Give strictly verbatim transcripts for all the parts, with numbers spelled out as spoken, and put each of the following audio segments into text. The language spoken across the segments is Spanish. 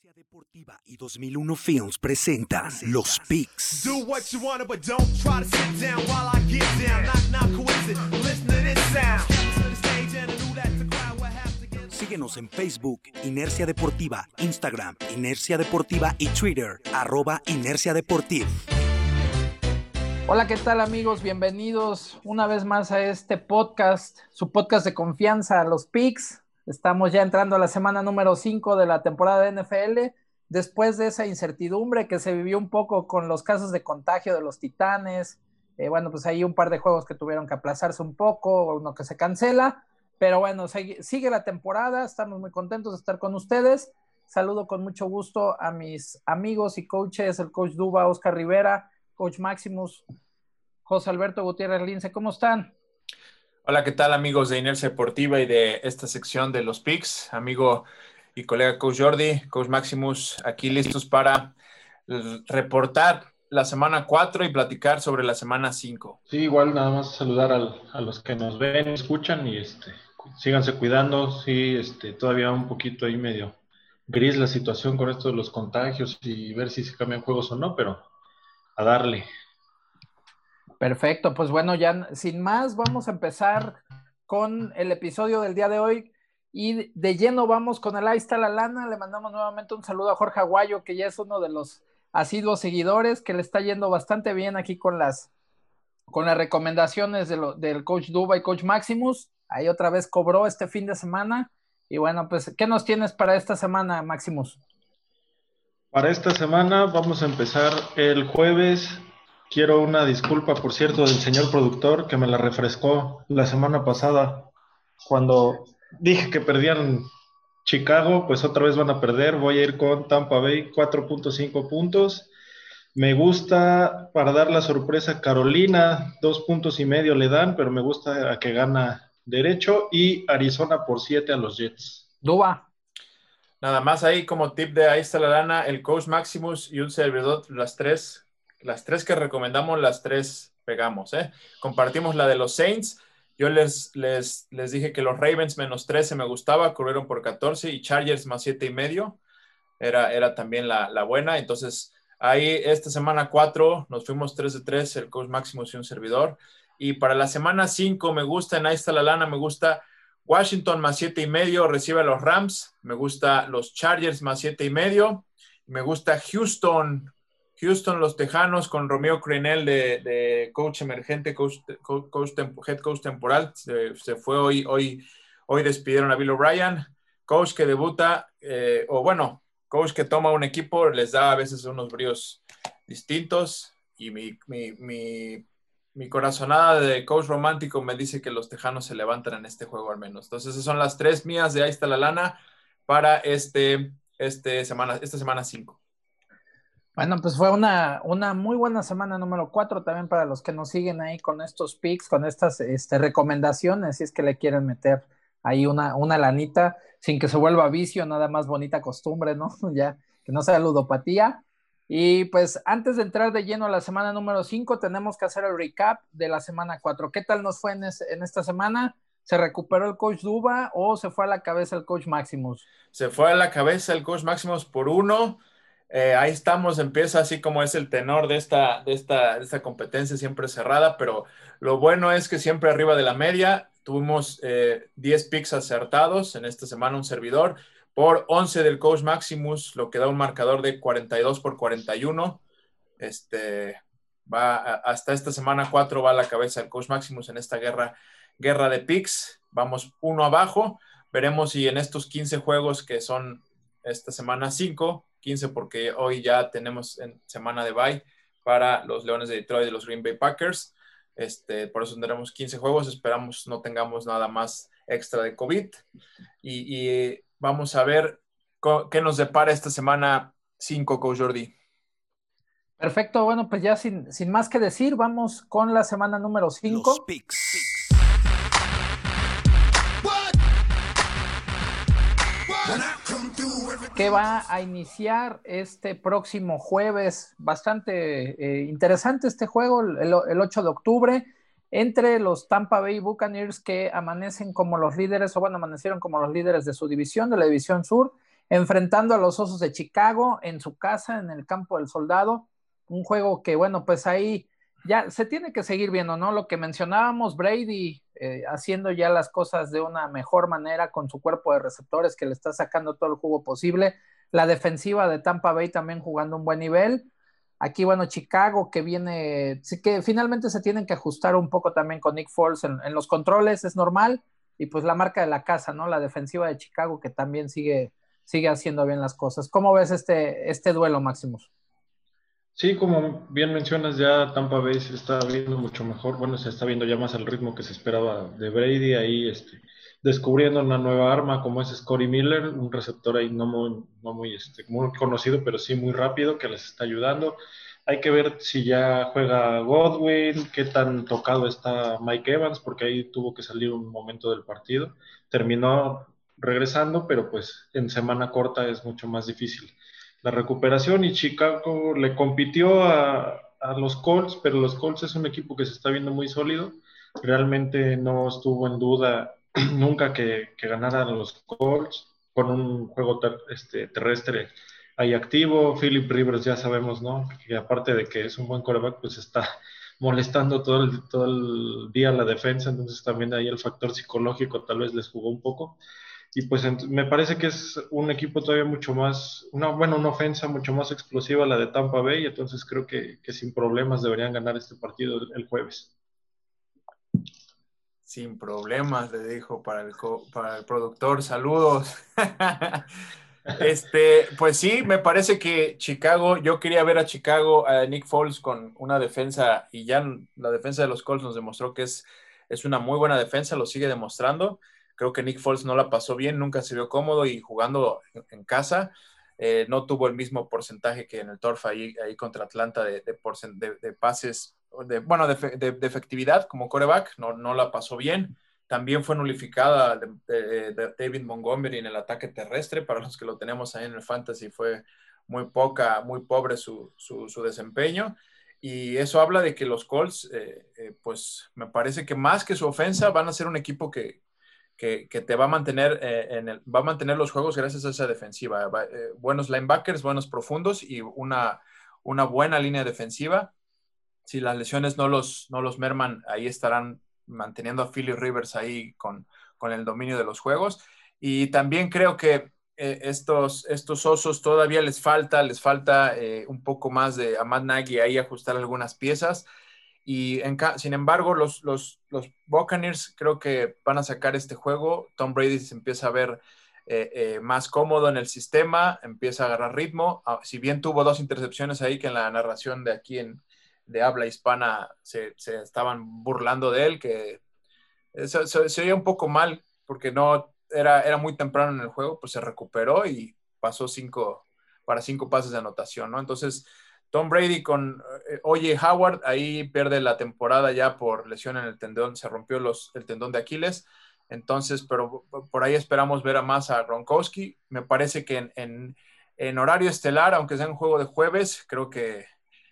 Inercia Deportiva y dos mil uno Films presentan Los Picks. Síguenos en Facebook, Inercia Deportiva, Instagram, Inercia Deportiva y Twitter, arroba Inercia Deportiva. Hola, ¿qué tal amigos? Bienvenidos una vez más a este podcast, su podcast de confianza, Los Picks. Estamos ya entrando a la semana número cinco de la temporada de N F L, después de esa incertidumbre que se vivió un poco con los casos de contagio de los Titanes. Eh, bueno, pues hay un par de juegos que tuvieron que aplazarse un poco, uno que se cancela, pero bueno, sigue, sigue la temporada, estamos muy contentos de estar con ustedes. Saludo con mucho gusto a mis amigos y coaches, el coach Duba, Oscar Rivera, coach Maximus, José Alberto Gutiérrez Lince. ¿Cómo están? Hola, ¿qué tal amigos de Inercia Deportiva y de esta sección de los Picks? Amigo y colega coach Jordi, coach Maximus, aquí listos para reportar la semana cuatro y platicar sobre la semana cinco. Sí, igual nada más saludar al, a los que nos ven, escuchan y este, síganse cuidando. Sí, este, todavía un poquito ahí medio gris la situación con esto de los contagios y ver si se cambian juegos o no, pero a darle. Perfecto, pues bueno, ya sin más vamos a empezar con el episodio del día de hoy y de lleno vamos con el Ahí está la lana. Le mandamos nuevamente un saludo a Jorge Aguayo, que ya es uno de los asiduos seguidores, que le está yendo bastante bien aquí con las, con las recomendaciones de lo, del coach Duba y coach Maximus. Ahí otra vez cobró este fin de semana y bueno, pues ¿qué nos tienes para esta semana, Maximus? Para esta semana vamos a empezar el jueves. Quiero una disculpa, por cierto, del señor productor que me la refrescó la semana pasada. Cuando dije que perdían Chicago, pues otra vez van a perder. Voy a ir con Tampa Bay, cuatro punto cinco puntos. Me gusta, para dar la sorpresa, Carolina, dos puntos y medio le dan, pero me gusta a que gana derecho. Y Arizona por siete a los Jets. Duba. Nada más ahí como tip de Ahí está la lana, el coach Maximus y un servidor, las tres Las tres que recomendamos, las tres pegamos, ¿eh? Compartimos la de los Saints. Yo les, les, les dije que los Ravens menos trece me gustaba, corrieron por catorce, y Chargers más siete y medio era, era también la, la buena. Entonces, ahí esta semana cuatro nos fuimos tres de tres, el coach Maximus y un servidor. Y para la semana cinco me gusta, en Ahí está la lana, me gusta Washington más siete y medio, recibe a los Rams. Me gusta los Chargers más siete y medio. Me gusta Houston Houston, los Tejanos, con Romeo Crennel de, de coach emergente, coach, coach, coach, head coach temporal. Se, se fue hoy, hoy, hoy despidieron a Bill O'Brien. Coach que debuta, eh, o bueno, coach que toma un equipo, les da a veces unos bríos distintos. Y mi, mi, mi, mi corazonada de coach romántico me dice que los Tejanos se levantan en este juego al menos. Entonces, esas son las tres mías de Ahí está la lana para este, este semana, esta semana cinco. Bueno, pues fue una, una muy buena semana número cuatro también para los que nos siguen ahí con estos picks, con estas este, recomendaciones, si es que le quieren meter ahí una, una lanita, sin que se vuelva vicio, nada más bonita costumbre, ¿no? Ya, que no sea ludopatía. Y pues antes de entrar de lleno a la semana número cinco, tenemos que hacer el recap de la semana cuatro. ¿Qué tal nos fue en, es, en esta semana? ¿Se recuperó el coach Duba o se fue a la cabeza el coach Maximus? Se fue a la cabeza el coach Maximus por uno. Eh, ahí estamos, empieza así como es el tenor de esta, de, esta, de esta competencia siempre cerrada, pero lo bueno es que siempre arriba de la media. Tuvimos eh, diez picks acertados en esta semana, un servidor, por once del coach Maximus, lo que da un marcador de cuarenta y dos por cuarenta y uno. Este, va a, hasta esta semana cuatro va a la cabeza el coach Maximus en esta guerra, guerra de picks. Vamos uno abajo, veremos si en estos quince juegos que son esta semana cinco, quince porque hoy ya tenemos en semana de bye para los Leones de Detroit y los Green Bay Packers. Este, por eso tendremos quince juegos. Esperamos no tengamos nada más extra de COVID. Y, y vamos a ver qué nos depara esta semana cinco, coach Jordi. Perfecto, bueno, pues ya sin, sin más que decir, vamos con la semana número cinco. Los picks. Que va a iniciar este próximo jueves. Bastante eh, interesante este juego, el, el ocho de octubre, entre los Tampa Bay Buccaneers, que amanecen como los líderes, o bueno, amanecieron como los líderes de su división, de la división sur, enfrentando a los Osos de Chicago en su casa, en el Campo del Soldado. Un juego que, bueno, pues ahí ya se tiene que seguir viendo, ¿no? Lo que mencionábamos, Brady eh, haciendo ya las cosas de una mejor manera con su cuerpo de receptores que le está sacando todo el jugo posible. La defensiva de Tampa Bay también jugando un buen nivel. Aquí, bueno, Chicago que viene, sí que finalmente se tienen que ajustar un poco también con Nick Foles en, en los controles, es normal. Y pues la marca de la casa, ¿no? La defensiva de Chicago que también sigue, sigue haciendo bien las cosas. ¿Cómo ves este, este duelo, Máximos? Sí, como bien mencionas, ya Tampa Bay se está viendo mucho mejor. Bueno, se está viendo ya más al ritmo que se esperaba de Brady, ahí este, descubriendo una nueva arma como es Scotty Miller, un receptor ahí no muy, no muy, este, muy conocido, pero sí muy rápido, que les está ayudando. Hay que ver si ya juega Godwin, qué tan tocado está Mike Evans, porque ahí tuvo que salir un momento del partido. Terminó regresando, pero pues en semana corta es mucho más difícil la recuperación, y Chicago le compitió a, a los Colts, pero los Colts es un equipo que se está viendo muy sólido. Realmente no estuvo en duda nunca que, que ganaran los Colts con un juego ter, este, terrestre ahí activo. Philip Rivers ya sabemos, ¿no? Que aparte de que es un buen quarterback, pues está molestando todo el, todo el día la defensa, entonces también ahí el factor psicológico tal vez les jugó un poco. Y pues ent- me parece que es un equipo todavía mucho más, una, bueno, una ofensa mucho más explosiva la de Tampa Bay, entonces creo que, que sin problemas deberían ganar este partido el, el jueves. Sin problemas, le dijo para el, co- para el productor. Saludos. Este, pues sí, me parece que Chicago, yo quería ver a Chicago, a Nick Foles con una defensa, y ya la defensa de los Colts nos demostró que es, es una muy buena defensa, lo sigue demostrando. Creo que Nick Foles no la pasó bien, nunca se vio cómodo, y jugando en, en casa eh, no tuvo el mismo porcentaje que en el Turf ahí, ahí contra Atlanta de, de, porcent- de, de pases, de, bueno, de, de, de efectividad como quarterback, no, no la pasó bien. También fue nulificada de, de, de David Montgomery en el ataque terrestre. Para los que lo tenemos ahí en el Fantasy, fue muy poca, muy pobre su, su, su desempeño. Y eso habla de que los Colts, eh, eh, pues me parece que más que su ofensa, van a ser un equipo que, que, que te va a mantener eh, en el, va a mantener los juegos gracias a esa defensiva. Va, eh, buenos linebackers, buenos profundos y una, una buena línea defensiva. Si las lesiones no los, no los merman, ahí estarán manteniendo a Philip Rivers ahí con, con el dominio de los juegos. Y también creo que eh, estos, estos osos todavía les falta, les falta eh, un poco más de a Matt Nagy ahí ajustar algunas piezas. Y en, sin embargo, los, los, los Buccaneers creo que van a sacar este juego. Tom Brady se empieza a ver eh, eh, más cómodo en el sistema, empieza a agarrar ritmo. Ah, si bien tuvo dos intercepciones ahí que en la narración de aquí en, de habla hispana se, se estaban burlando de él, que se, se, se oía un poco mal porque no era, era muy temprano en el juego, pues se recuperó y pasó cinco, para cinco pases de anotación, ¿no? Entonces, Tom Brady con eh, Oye Howard, ahí pierde la temporada ya por lesión en el tendón, se rompió los, el tendón de Aquiles. Entonces, pero por ahí esperamos ver a más a Gronkowski. Me parece que en, en, en horario estelar, aunque sea un juego de jueves, creo que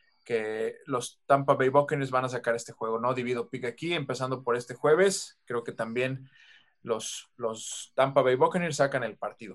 que los Tampa Bay Buccaneers van a sacar este juego. No divido pick aquí, empezando por este jueves. Creo que también los, los Tampa Bay Buccaneers sacan el partido.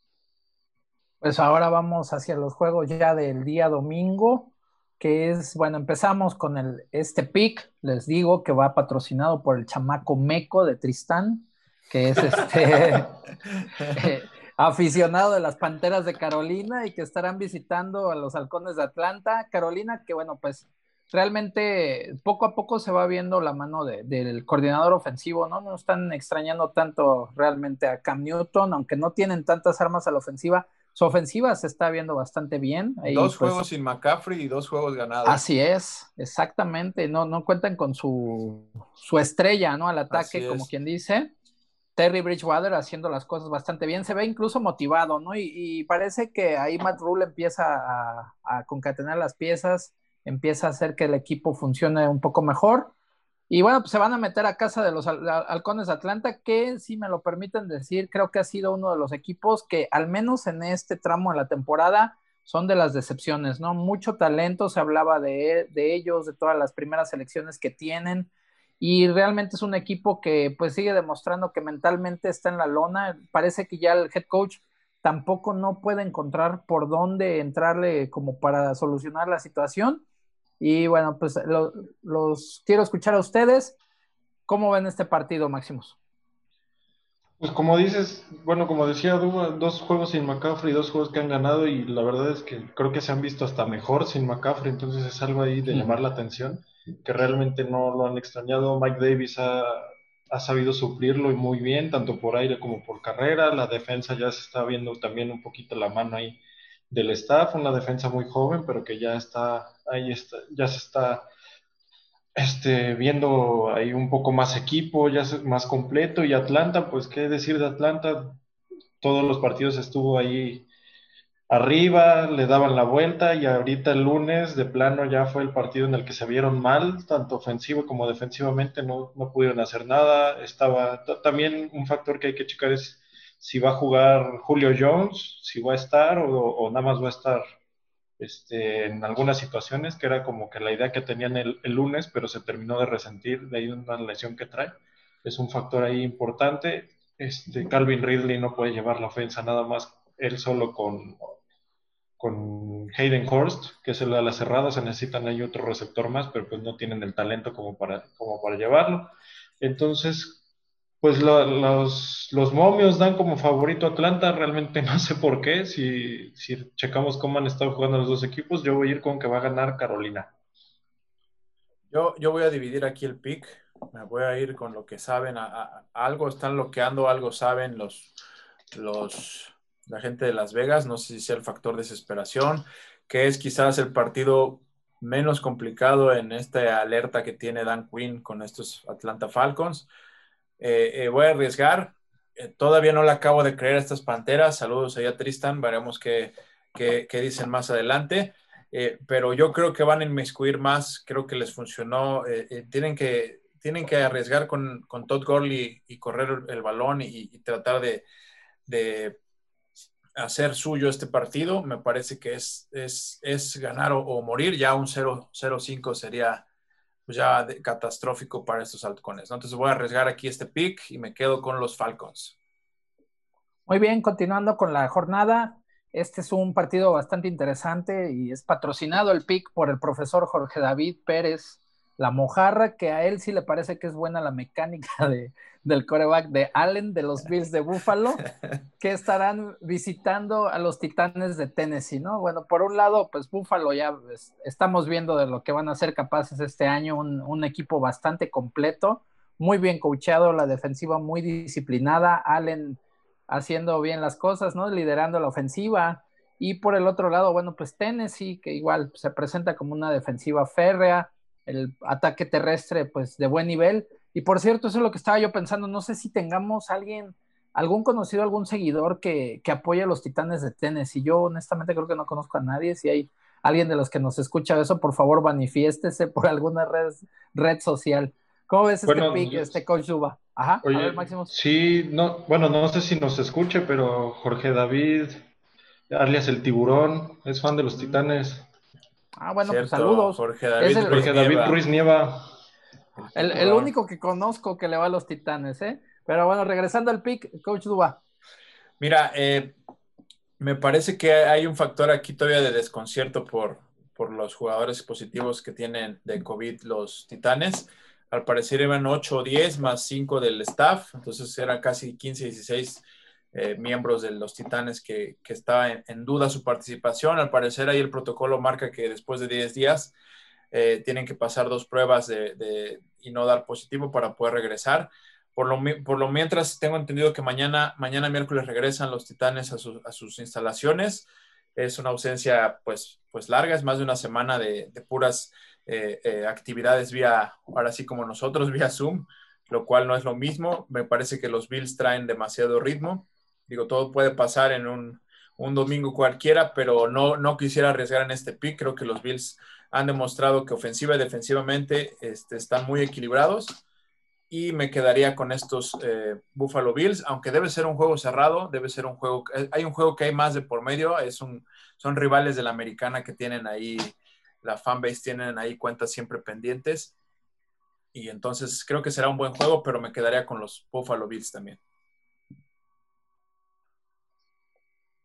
Pues ahora vamos hacia los juegos ya del día domingo, que es, bueno, empezamos con el, este pick, les digo que va patrocinado por el chamaco Meco de Tristán, que es este eh, aficionado de las Panteras de Carolina y que estarán visitando a los Halcones de Atlanta. Carolina, que bueno, pues realmente poco a poco se va viendo la mano de, del coordinador ofensivo, ¿no? No están extrañando tanto realmente a Cam Newton, aunque no tienen tantas armas a la ofensiva. Su ofensiva se está viendo bastante bien. Ahí, Dos pues, juegos sin McCaffrey y dos juegos ganados. así es, exactamente. No, no cuentan con su, su estrella, ¿no? Al Así ataque, como es. quien dice. Terry Bridgewater haciendo las cosas bastante bien, se ve incluso motivado, ¿no? Y, y parece que ahí Matt Rule empieza a, a, concatenar las piezas, empieza a hacer que el equipo funcione un poco mejor. Y bueno, pues se van a meter a casa de los Halcones de Atlanta, que si me lo permiten decir, creo que ha sido uno de los equipos que al menos en este tramo de la temporada son de las decepciones, ¿no? Mucho talento, se hablaba de, de ellos, de todas las primeras selecciones que tienen, y realmente es un equipo que pues sigue demostrando que mentalmente está en la lona. Parece que ya el head coach tampoco no puede encontrar por dónde entrarle como para solucionar la situación. Y bueno, pues lo, los quiero escuchar a ustedes. ¿Cómo ven este partido, Máximos? Pues como dices, bueno, como decía Duba, dos juegos sin McCaffrey, dos juegos que han ganado y la verdad es que creo que se han visto hasta mejor sin McCaffrey, entonces es algo ahí de llamar la atención, que realmente no lo han extrañado. Mike Davis ha, ha sabido suplirlo y muy bien, tanto por aire como por carrera. La defensa ya se está viendo también un poquito la mano ahí del staff, una defensa muy joven, pero que ya está, ahí está, ya se está este, viendo ahí un poco más equipo, ya es más completo. Y Atlanta, pues qué decir de Atlanta, todos los partidos estuvo ahí arriba, le daban la vuelta y ahorita el lunes de plano ya fue el partido en el que se vieron mal, tanto ofensivo como defensivamente, no, no pudieron hacer nada. Estaba t- también un factor que hay que checar es si va a jugar Julio Jones, si va a estar o, o nada más va a estar este, en algunas situaciones, que era como que la idea que tenían el, el lunes, pero se terminó de resentir de ahí una lesión que trae. Es un factor ahí importante. Este, Calvin Ridley no puede llevar la ofensa nada más él solo con, con Hayden Hurst, que es el de las cerradas. Se necesitan ahí otro receptor más, pero pues no tienen el talento como para, como para llevarlo. Entonces, pues lo- los, los momios dan como favorito a Atlanta, realmente no sé por qué. Si, si checamos cómo han estado jugando los dos equipos, yo voy a ir con que va a ganar Carolina. Yo, yo voy a dividir aquí el pick. Me voy a ir con lo que saben. A, a- a algo están loqueando, algo saben los, los, la gente de Las Vegas. No sé si sea el factor desesperación, que es quizás el partido menos complicado en esta alerta que tiene Dan Quinn con estos Atlanta Falcons. Eh, eh, voy a arriesgar. Eh, todavía no le acabo de creer a estas Panteras. Saludos allá, Tristan. Veremos qué, qué, qué dicen más adelante. Eh, pero yo creo que van a inmiscuir más. Creo que les funcionó. Eh, eh, tienen, que, tienen que arriesgar con, con Todd Gurley y correr el, el balón y, y tratar de, de, hacer suyo este partido. Me parece que es, es, es ganar o, o morir. Ya un cero cinco sería pues ya de, catastrófico para estos halcones, ¿no? Entonces voy a arriesgar aquí este pick y me quedo con los Falcons. Muy bien, continuando con la jornada, este es un partido bastante interesante y es patrocinado el pick por el profesor Jorge David Pérez La Mojarra, que a él sí le parece que es buena la mecánica de, del quarterback de Allen de los Bills de Buffalo, que estarán visitando a los Titanes de Tennessee, ¿no? Bueno, por un lado, pues Buffalo ya pues, estamos viendo de lo que van a ser capaces este año, un, un equipo bastante completo, muy bien coachado, la defensiva muy disciplinada, Allen haciendo bien las cosas, ¿no? Liderando la ofensiva. Y por el otro lado, bueno, pues Tennessee, que igual se presenta como una defensiva férrea, el ataque terrestre, pues de buen nivel. Y por cierto, eso es lo que estaba yo pensando, no sé si tengamos alguien, algún conocido, algún seguidor que, que apoye a los Titanes de Tennessee. Yo honestamente creo que no conozco a nadie. Si hay alguien de los que nos escucha eso, por favor manifiéstese por alguna red, red social. ¿Cómo ves este Bueno, pick, yo- este coach Duba? Ajá, a ver, oye, Máximos. sí, no, bueno, no sé si nos escuche, pero Jorge David, alias el Tiburón, es fan de los Titanes. Ah, bueno, pues Cierto, saludos. Jorge Es David el, Ruiz Jorge David Nieva, Ruiz Nieva. el el, el tiburón. único que conozco que le va a los Titanes, ¿eh? Pero bueno, regresando al pick, coach Duba. Mira, eh, me parece que hay un factor aquí todavía de desconcierto por, por los jugadores positivos que tienen de COVID los Titanes. Al parecer iban ocho o diez más cinco del staff, entonces eran casi quince, dieciséis eh, miembros de los Titanes que, que estaba en, en, duda su participación. Al parecer ahí el protocolo marca que después de diez días eh, tienen que pasar dos pruebas de, de, y no dar positivo para poder regresar. Por lo, por lo mientras, tengo entendido que mañana, mañana miércoles regresan los Titanes a, su, a sus instalaciones. Es una ausencia pues, pues larga, es más de una semana de, de puras eh, eh, actividades vía, ahora sí como nosotros, vía Zoom, lo cual no es lo mismo. Me parece que los Bills traen demasiado ritmo. Digo, todo puede pasar en un, un domingo cualquiera, pero no, no quisiera arriesgar en este pick. Creo que los Bills han demostrado que ofensiva y defensivamente este, están muy equilibrados. Y me quedaría con estos eh, Buffalo Bills, aunque debe ser un juego cerrado, debe ser un juego, hay un juego que hay más de por medio, es un, son rivales de la americana que tienen ahí, la fanbase tienen ahí cuentas siempre pendientes, y entonces creo que será un buen juego, pero me quedaría con los Buffalo Bills también.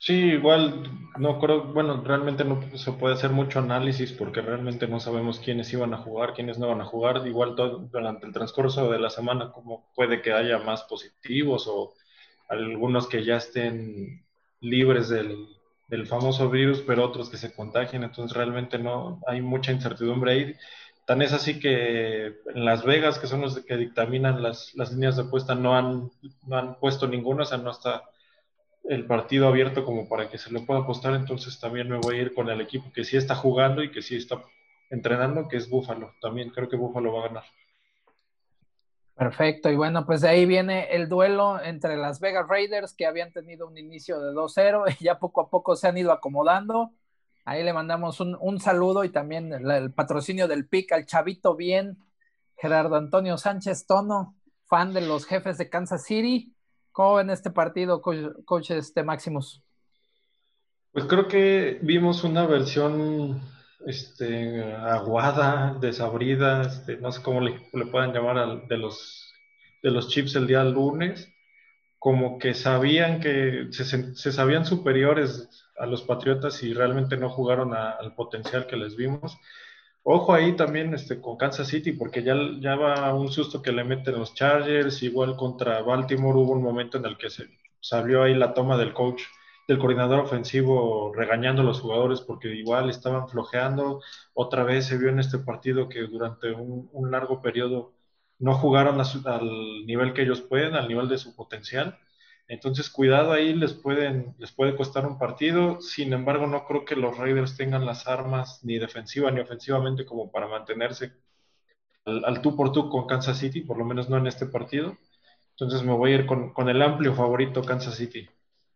Sí, igual no creo, bueno, realmente no se puede hacer mucho análisis porque realmente no sabemos quiénes iban a jugar, quiénes no van a jugar. Igual todo, durante el transcurso de la semana, como puede que haya más positivos o algunos que ya estén libres del, del famoso virus, pero otros que se contagien. Entonces realmente no hay mucha incertidumbre ahí. Tan es así que en Las Vegas, que son los que dictaminan las, las líneas de apuesta, no han, no han puesto ninguna, o sea, no está el partido abierto como para que se le pueda apostar. Entonces también me voy a ir con el equipo que sí está jugando y que sí está entrenando, que es Buffalo. También creo que Buffalo va a ganar. Perfecto, y bueno, pues de ahí viene el duelo entre Las Vegas Raiders, que habían tenido un inicio de dos cero y ya poco a poco se han ido acomodando. Ahí le mandamos un, un saludo y también el, el patrocinio del P I C al Chavito Bien, Gerardo Antonio Sánchez Tono, fan de los Jefes de Kansas City. ¿Cómo ven este partido, coach, coach este Maximus? Pues creo que vimos una versión este, aguada, desabrida, este, no sé cómo le, le puedan llamar al- de los, de los Chiefs el día lunes, como que sabían que se, se- se sabían superiores a los Patriotas y realmente no jugaron a- al potencial que les vimos. Ojo ahí también este, con Kansas City, porque ya, ya va un susto que le meten los Chargers, igual contra Baltimore hubo un momento en el que se salió ahí la toma del coach, del coordinador ofensivo regañando a los jugadores porque igual estaban flojeando. Otra vez se vio en este partido que durante un, un largo periodo no jugaron a su- al nivel que ellos pueden, al nivel de su potencial. Entonces, cuidado ahí, les pueden, les puede costar un partido. Sin embargo, no creo que los Raiders tengan las armas ni defensiva ni ofensivamente como para mantenerse al, al tú por tú con Kansas City, por lo menos no en este partido. Entonces me voy a ir con, con el amplio favorito Kansas City.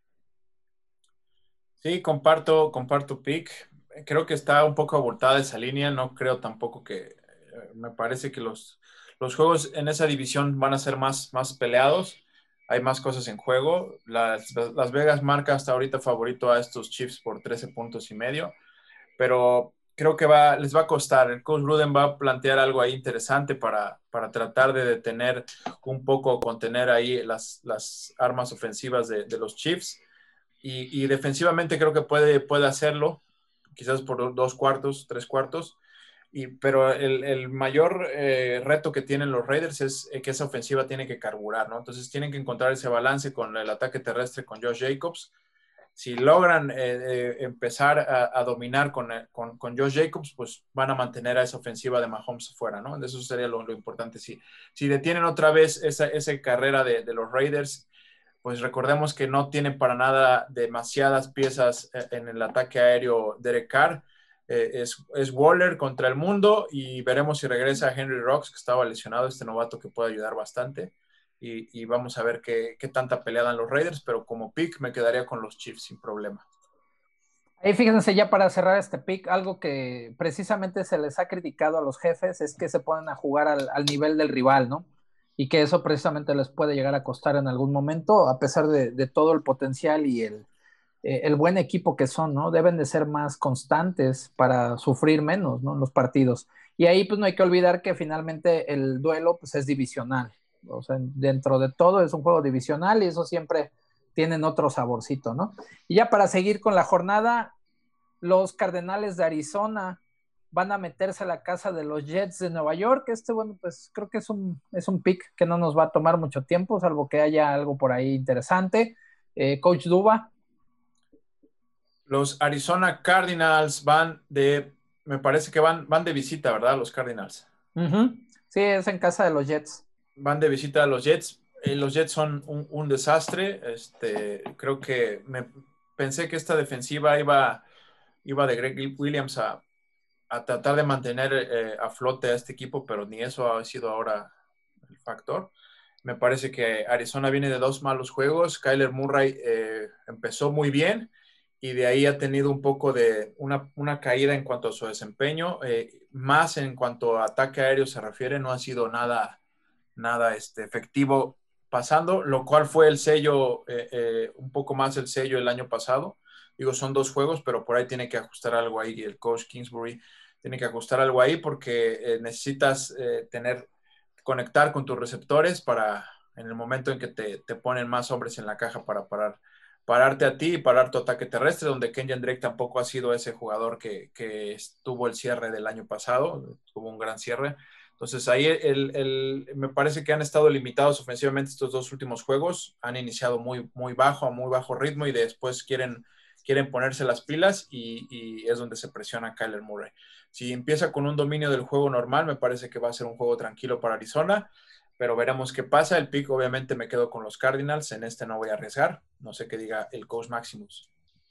Sí, comparto, comparto pick. Creo que está un poco abultada esa línea. No creo tampoco que, eh, me parece que los, los juegos en esa división van a ser más, más peleados. Hay más cosas en juego. Las, Las Vegas marca hasta ahorita favorito a estos Chiefs por trece puntos y medio, pero creo que va, les va a costar. El coach Gruden va a plantear algo ahí interesante para, para tratar de detener un poco, contener ahí las, las armas ofensivas de, de los Chiefs. Y, y defensivamente creo que puede, puede hacerlo, quizás por dos cuartos, tres cuartos. Y, pero el, el mayor eh, reto que tienen los Raiders es eh, que esa ofensiva tiene que carburar, ¿no? Entonces tienen que encontrar ese balance con el ataque terrestre con Josh Jacobs. Si logran eh, eh, empezar a, a dominar con, con, con, Josh Jacobs, pues van a mantener a esa ofensiva de Mahomes fuera, ¿no? Eso sería lo, lo importante. Si, si detienen otra vez esa, esa carrera de, de los Raiders, pues recordemos que no tienen para nada demasiadas piezas en el ataque aéreo Derek Carr. Eh, es, es Waller contra el mundo y veremos si regresa Henry Rocks, que estaba lesionado, este novato que puede ayudar bastante. Y, y vamos a ver qué, qué tanta pelea dan los Raiders, pero como pick me quedaría con los Chiefs sin problema. Ahí fíjense ya para cerrar este pick, algo que precisamente se les ha criticado a los jefes es que se ponen a jugar al, al nivel del rival, ¿no? Y que eso precisamente les puede llegar a costar en algún momento, a pesar de, de todo el potencial y el, eh, el buen equipo que son, ¿no? Deben de ser más constantes para sufrir menos, ¿no? En los partidos. Y ahí pues no hay que olvidar que finalmente el duelo pues es divisional. O sea, dentro de todo es un juego divisional y eso siempre tienen otro saborcito, ¿no? Y ya para seguir con la jornada, los Cardenales de Arizona van a meterse a la casa de los Jets de Nueva York. Este, bueno, pues creo que es un, es un pick que no nos va a tomar mucho tiempo, salvo que haya algo por ahí interesante. Eh, Coach Duba. Los Arizona Cardinals van de, me parece que van, van de visita, ¿verdad? Los Cardinals. Uh-huh. Sí, es en casa de los Jets. Van de visita a los Jets. Eh, los Jets son un, un desastre. Este, creo que me pensé que esta defensiva iba, iba de Greg Williams a, a tratar de mantener eh, a flote a este equipo, pero ni eso ha sido ahora el factor. Me parece que Arizona viene de dos malos juegos. Kyler Murray eh, empezó muy bien y de ahí ha tenido un poco de una, una caída en cuanto a su desempeño. Eh, más en cuanto a ataque aéreo se refiere, no ha sido nada, nada este, efectivo pasando, lo cual fue el sello, eh, eh, un poco más el sello el año pasado. Digo, son dos juegos, pero por ahí tiene que ajustar algo ahí. El coach Kingsbury tiene que ajustar algo ahí porque eh, necesitas eh, tener, conectar con tus receptores para en el momento en que te, te ponen más hombres en la caja para parar pararte a ti y parar tu ataque terrestre, donde Kenyan Drake tampoco ha sido ese jugador que, que tuvo el cierre del año pasado, tuvo un gran cierre. Entonces ahí el, el, me parece que han estado limitados ofensivamente estos dos últimos juegos, han iniciado muy, muy bajo, a muy bajo ritmo y después quieren, quieren ponerse las pilas y, y es donde se presiona a Kyler Murray. Si empieza con un dominio del juego normal, me parece que va a ser un juego tranquilo para Arizona, pero veremos qué pasa. El pick obviamente me quedo con los Cardinals, en este no voy a arriesgar, no sé qué diga el coach Maximus.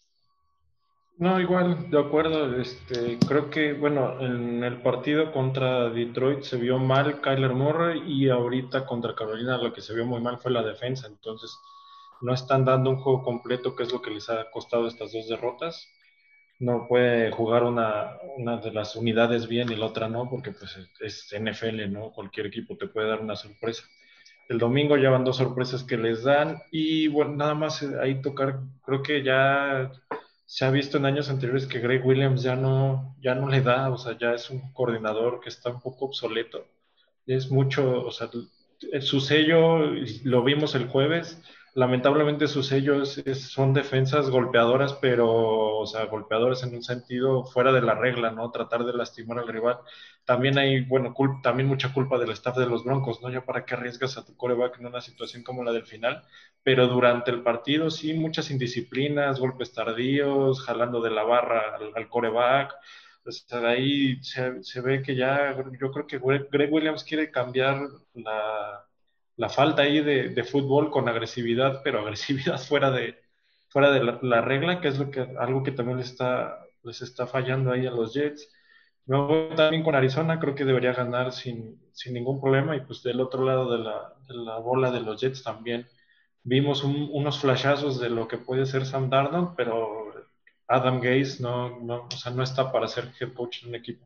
No, igual, de acuerdo. Este, creo que, bueno, en el partido contra Detroit se vio mal Kyler Murray y ahorita contra Carolina lo que se vio muy mal fue la defensa. Entonces, no están dando un juego completo, que es lo que les ha costado estas dos derrotas. No puede jugar una, una de las unidades bien y la otra no, porque pues es N F L, ¿no? Cualquier equipo te puede dar una sorpresa. El domingo ya van dos sorpresas que les dan y bueno, nada más ahí tocar, creo que ya se ha visto en años anteriores que Greg Williams ya no, ya no le da, o sea, ya es un coordinador que está un poco obsoleto. Es mucho, o sea, su sello, lo vimos el jueves, lamentablemente sus sellos es- son defensas golpeadoras, pero, o sea, golpeadoras en un sentido fuera de la regla, ¿no? Tratar de lastimar al rival. También hay, bueno, cul- también mucha culpa del staff de los Broncos, ¿no? Ya para qué arriesgas a tu quarterback en una situación como la del final, pero durante el partido sí, muchas indisciplinas, golpes tardíos, jalando de la barra al, al quarterback. O sea, de ahí se, se ve que ya, yo creo que Greg, Greg Williams quiere cambiar la, la falta ahí de, de fútbol con agresividad, pero agresividad fuera de, fuera de la, la regla, que es lo que, algo que también les está, les está fallando ahí a los Jets. Me voy también con Arizona, creo que debería ganar sin, sin ningún problema. Y pues del otro lado de la, de la bola de los Jets también vimos un- unos flashazos de lo que puede ser Sam Darnold, pero Adam Gase no, no, o sea, no está para ser head coach en un equipo.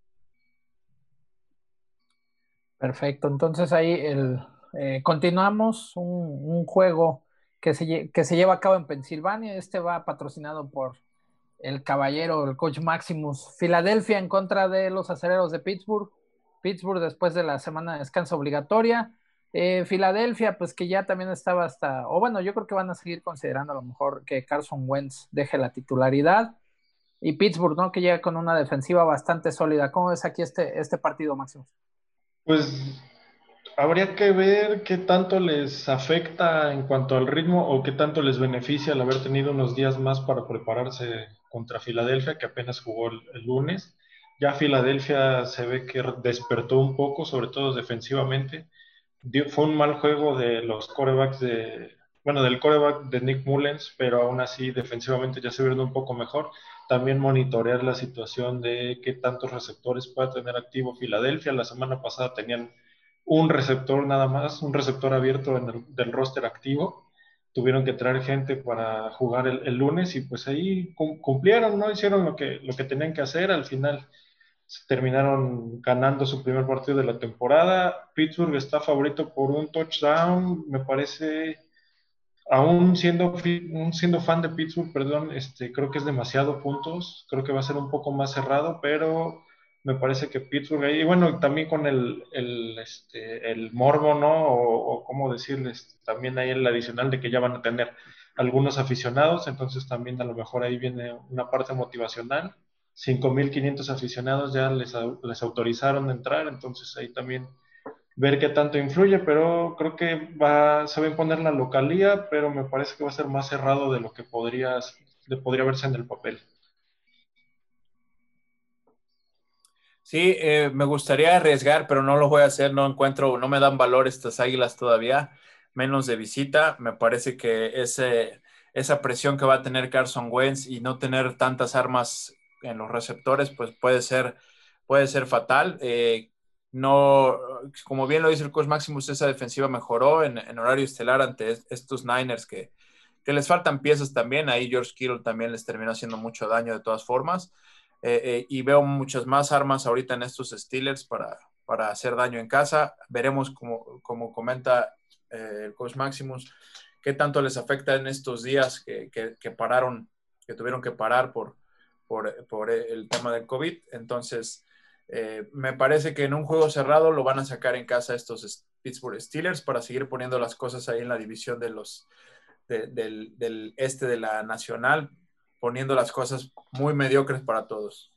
Perfecto, entonces ahí el, eh, continuamos un, un juego que se, lle- que se lleva a cabo en Pensilvania. Este va patrocinado por el caballero, el coach Maximus. Filadelfia en contra de los acereros de Pittsburgh. Pittsburgh después de la semana de descanso obligatoria. Eh, Filadelfia, pues que ya también estaba hasta, o bueno, yo creo que van a seguir considerando a lo mejor que Carson Wentz deje la titularidad. Y Pittsburgh, ¿no? Que llega con una defensiva bastante sólida. ¿Cómo ves aquí este, este partido, Maximus? Pues habría que ver qué tanto les afecta en cuanto al ritmo o qué tanto les beneficia el haber tenido unos días más para prepararse contra Filadelfia, que apenas jugó el, el lunes. Ya Filadelfia se ve que despertó un poco, sobre todo defensivamente. Dio- fue un mal juego de los quarterbacks de, bueno, del quarterback de Nick Mullens, pero aún así defensivamente ya se vieron un poco mejor. También monitorear la situación de qué tantos receptores puede tener activo Filadelfia. La semana pasada tenían un receptor nada más, un receptor abierto en el, del roster activo. Tuvieron que traer gente para jugar el, el lunes y pues ahí cumplieron, ¿no? Hicieron lo que, lo que tenían que hacer. Al final terminaron ganando su primer partido de la temporada. Pittsburgh está favorito por un touchdown, me parece, aún siendo, siendo fan de Pittsburgh, perdón, este, creo que es demasiado puntos, creo que va a ser un poco más cerrado, pero me parece que Pittsburgh ahí, y bueno, también con el, el, este, el morbo, ¿no? O, o cómo decirles, también hay el adicional de que ya van a tener algunos aficionados, entonces también a lo mejor ahí viene una parte motivacional. cinco mil quinientos aficionados ya les, les autorizaron entrar, entonces ahí también ver qué tanto influye, pero creo que va, se va a imponer la localía, pero me parece que va a ser más cerrado de lo que podría, de, podría verse en el papel. Sí, eh, me gustaría arriesgar, pero no lo voy a hacer, no encuentro, no me dan valor estas Águilas todavía, menos de visita. Me parece que ese, esa presión que va a tener Carson Wentz y no tener tantas armas en los receptores, pues puede ser, puede ser fatal. Eh, no, como bien lo dice el coach Maximus, esa defensiva mejoró en, en horario estelar ante estos Niners que, que les faltan piezas también. Ahí George Kittle también les terminó haciendo mucho daño de todas formas. Eh, eh, y veo muchas más armas ahorita en estos Steelers para, para hacer daño en casa. Veremos, como, como comenta eh, el coach Maximus, qué tanto les afecta en estos días que, que, que pararon, que tuvieron que parar por, por, por el tema del COVID. Entonces, eh, me parece que en un juego cerrado lo van a sacar en casa estos Pittsburgh Steelers para seguir poniendo las cosas ahí en la división de los, de, del, del este de la Nacional, poniendo las cosas muy mediocres para todos.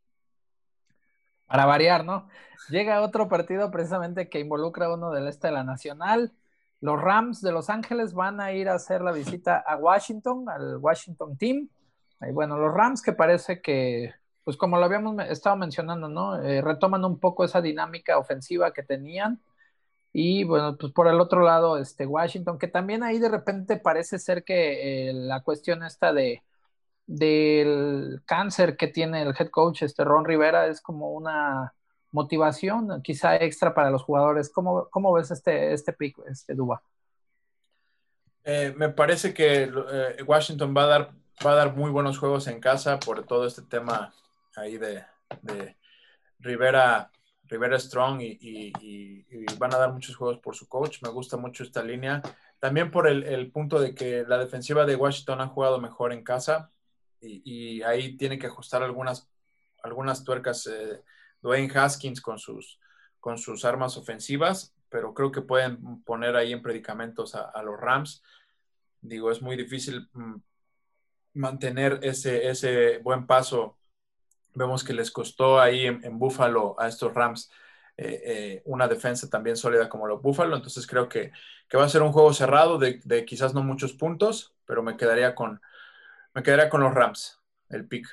Para variar, ¿no? Llega otro partido precisamente que involucra a uno del este de la Nacional. Los Rams de Los Ángeles van a ir a hacer la visita a Washington, al Washington Team. Y bueno, los Rams que parece que, pues como lo habíamos estado mencionando, ¿no? Eh, retoman un poco esa dinámica ofensiva que tenían. Y bueno, pues por el otro lado, este Washington, que también ahí de repente parece ser que eh, la cuestión esta de del cáncer que tiene el head coach, este Ron Rivera, es como una motivación quizá extra para los jugadores. ¿Cómo, cómo ves este, este pick, este Duba? Eh, me parece que eh, Washington va a dar va a dar muy buenos juegos en casa por todo este tema ahí de, de Rivera, Rivera Strong y, y, y, y van a dar muchos juegos por su coach. Me gusta mucho esta línea. También por el, el punto de que la defensiva de Washington ha jugado mejor en casa y, y ahí tiene que ajustar algunas, algunas tuercas eh, Dwayne Haskins con sus, con sus armas ofensivas, pero creo que pueden poner ahí en predicamentos a, a los Rams. Digo, es muy difícil mm, mantener ese, ese buen paso. Vemos que les costó ahí en, en Buffalo a estos Rams eh, eh, una defensa también sólida como los Buffalo, entonces creo que, que va a ser un juego cerrado de, de quizás no muchos puntos, pero me quedaría con, me quedaría con los Rams, el pick.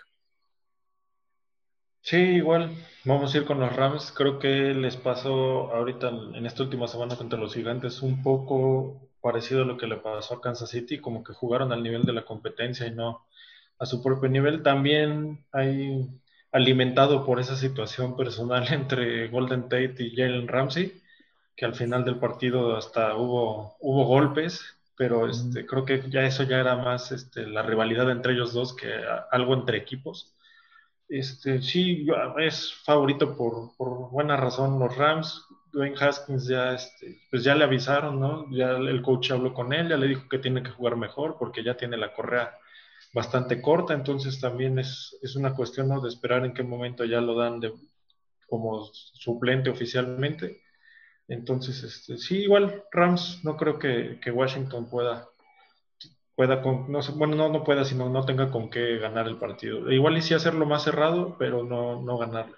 Sí, igual, vamos a ir con los Rams. Creo que les pasó ahorita en esta última semana contra los Gigantes un poco parecido a lo que le pasó a Kansas City, como que jugaron al nivel de la competencia y no a su propio nivel. También hay alimentado por esa situación personal entre Golden Tate y Jalen Ramsey, que al final del partido hasta hubo, hubo golpes, pero este, creo que ya eso ya era más este, la rivalidad entre ellos dos que a- algo entre equipos. Este, sí, es favorito por, por buena razón los Rams. Dwayne Haskins ya, este, pues ya le avisaron, ¿no? Ya el coach habló con él, ya le dijo que tiene que jugar mejor porque ya tiene la correa bastante corta, entonces también es, es una cuestión, ¿no?, de esperar en qué momento ya lo dan de, como suplente oficialmente. Entonces, este, sí, igual Rams, no creo que, que Washington pueda pueda con, no sé, bueno, no, no pueda, sino no tenga con qué ganar el partido. Igual y sí hacerlo más cerrado, pero no, no ganarlo.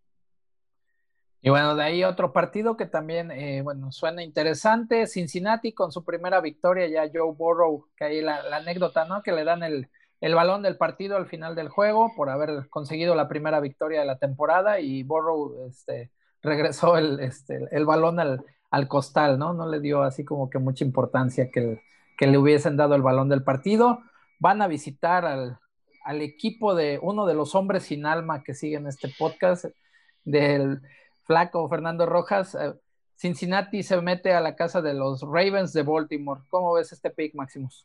Y bueno, de ahí otro partido que también, eh, bueno, suena interesante. Cincinnati con su primera victoria, ya Joe Burrow, que ahí la, la anécdota, ¿no? Que le dan el, el balón del partido al final del juego por haber conseguido la primera victoria de la temporada y Burrow este, regresó el, este, el balón al, al costal, ¿no? No le dio así como que mucha importancia que, el- que le hubiesen dado el balón del partido. Van a visitar al, al equipo de uno de los hombres sin alma que siguen este podcast, del Flaco Fernando Rojas. eh, Cincinnati se mete a la casa de los Ravens de Baltimore. ¿Cómo ves este pick, Maximus?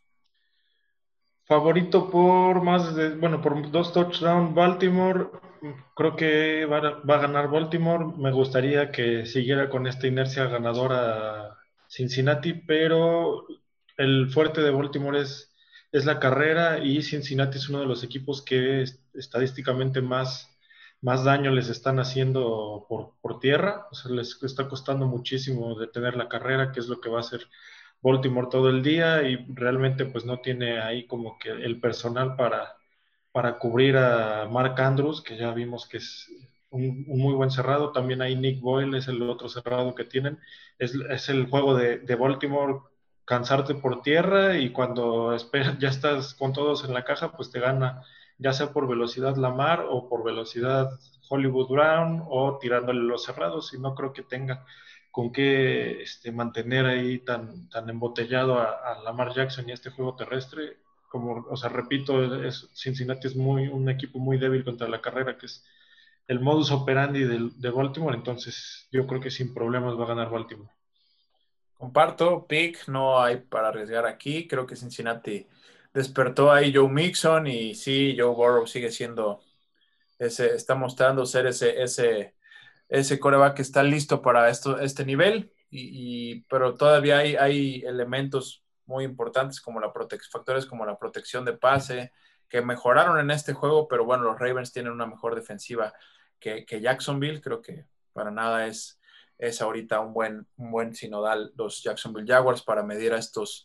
Favorito por más de, bueno, por dos touchdowns Baltimore. Creo que va a, va a ganar Baltimore. Me gustaría que siguiera con esta inercia ganadora Cincinnati, pero el fuerte de Baltimore es, es la carrera y Cincinnati es uno de los equipos que es- estadísticamente más, más daño les están haciendo por, por tierra. O sea, les está costando muchísimo detener la carrera, que es lo que va a hacer Baltimore todo el día y realmente pues no tiene ahí como que el personal para, para cubrir a Mark Andrews, que ya vimos que es un, un muy buen cerrado. También ahí Nick Boyle es el otro cerrado que tienen. Es, es el juego de, de Baltimore, cansarte por tierra y cuando esperas, ya estás con todos en la caja, pues te gana ya sea por velocidad Lamar o por velocidad Hollywood Brown o tirándole los cerrados y no creo que tenga con qué este, mantener ahí tan, tan embotellado a, a Lamar Jackson y este juego terrestre. Como, o sea, repito, es, Cincinnati es muy, un equipo muy débil contra la carrera, que es el modus operandi del, de Baltimore, entonces yo creo que sin problemas va a ganar Baltimore. Comparto, pick, no hay para arriesgar aquí. Creo que Cincinnati despertó ahí Joe Mixon y sí, Joe Burrow sigue siendo ese, está mostrando ser ese, ese, ese coreback que está listo para esto, este nivel, y, y, pero todavía hay, hay elementos muy importantes como la protec- factores como la protección de pase que mejoraron en este juego, pero bueno, los Ravens tienen una mejor defensiva que, que Jacksonville. Creo que para nada es, es ahorita un buen, un buen sinodal los Jacksonville Jaguars para medir a estos,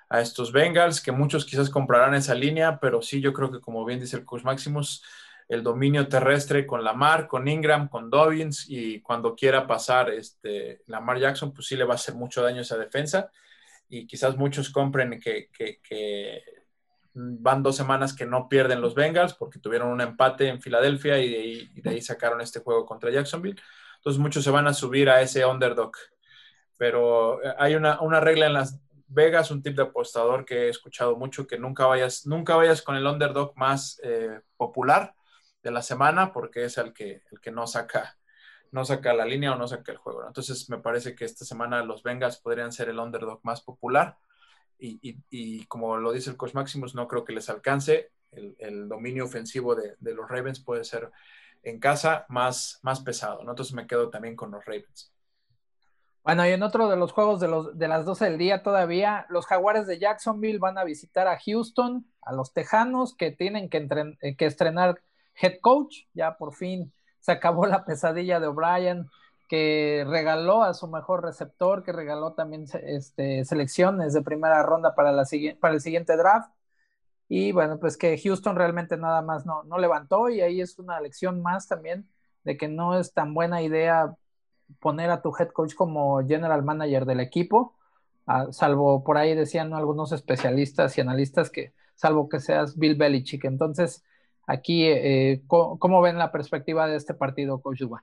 a estos Bengals, que muchos quizás comprarán esa línea, pero sí, yo creo que como bien dice el coach Maximus, el dominio terrestre con Lamar, con Ingram, con Dobbins, y cuando quiera pasar este, Lamar Jackson, pues sí le va a hacer mucho daño a esa defensa, y quizás muchos compren que, que, que van dos semanas que no pierden los Bengals porque tuvieron un empate en Filadelfia y de ahí, y de ahí sacaron este juego contra Jacksonville. Entonces muchos se van a subir a ese underdog. Pero hay una, una regla en Las Vegas, un tip de apostador que he escuchado mucho, que nunca vayas, nunca vayas con el underdog más eh, popular de la semana porque es el que, el que no saca no saca la línea o no saca el juego, ¿no? Entonces me parece que esta semana los Bengals podrían ser el underdog más popular. Y, y, y como lo dice el coach Maximus, no creo que les alcance. El, el dominio ofensivo de, de los Ravens puede ser en casa más, más pesado, ¿no? Entonces me quedo también con los Ravens. Bueno, y en otro de los juegos de, los, de las doce del día todavía, los Jaguares de Jacksonville van a visitar a Houston, a los Tejanos, que tienen que, entren, que estrenar head coach. Ya por fin se acabó la pesadilla de O'Brien, que regaló a su mejor receptor, que regaló también este, selecciones de primera ronda para, la, para el siguiente draft. Y bueno, pues que Houston realmente nada más no, no levantó, y ahí es una lección más también de que no es tan buena idea poner a tu head coach como general manager del equipo, uh, salvo por ahí decían, ¿no?, algunos especialistas y analistas que salvo que seas Bill Belichick. Entonces, aquí, eh, ¿cómo, ¿cómo ven la perspectiva de este partido, coach Duba?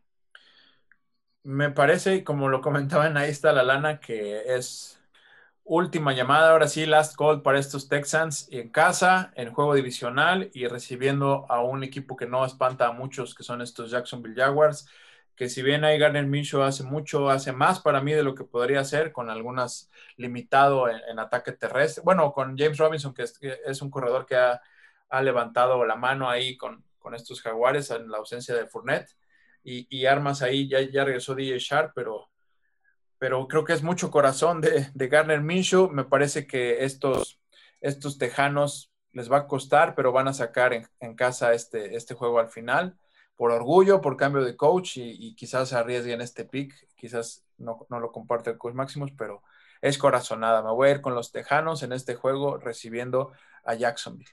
Me parece, como lo comentaban, ahí está la lana, que es última llamada, ahora sí, last call para estos Texans en casa, en juego divisional y recibiendo a un equipo que no espanta a muchos, que son estos Jacksonville Jaguars, que si bien ahí Gardner Minshew hace mucho, hace más para mí de lo que podría hacer, con algunas limitado en, en ataque terrestre, bueno, con James Robinson, que es, que es un corredor que ha, ha levantado la mano ahí con, con estos Jaguares en la ausencia de Fournette, y, y armas ahí, ya, ya regresó D J Sharp, pero pero creo que es mucho corazón de, de Gardner Minshew. Me parece que estos, estos Tejanos les va a costar, pero van a sacar en, en casa este, este juego al final, por orgullo, por cambio de coach, y, y quizás arriesguen este pick, quizás no, no lo comparte el coach Maximus, pero es corazonada. Me voy a ir con los Tejanos en este juego recibiendo a Jacksonville.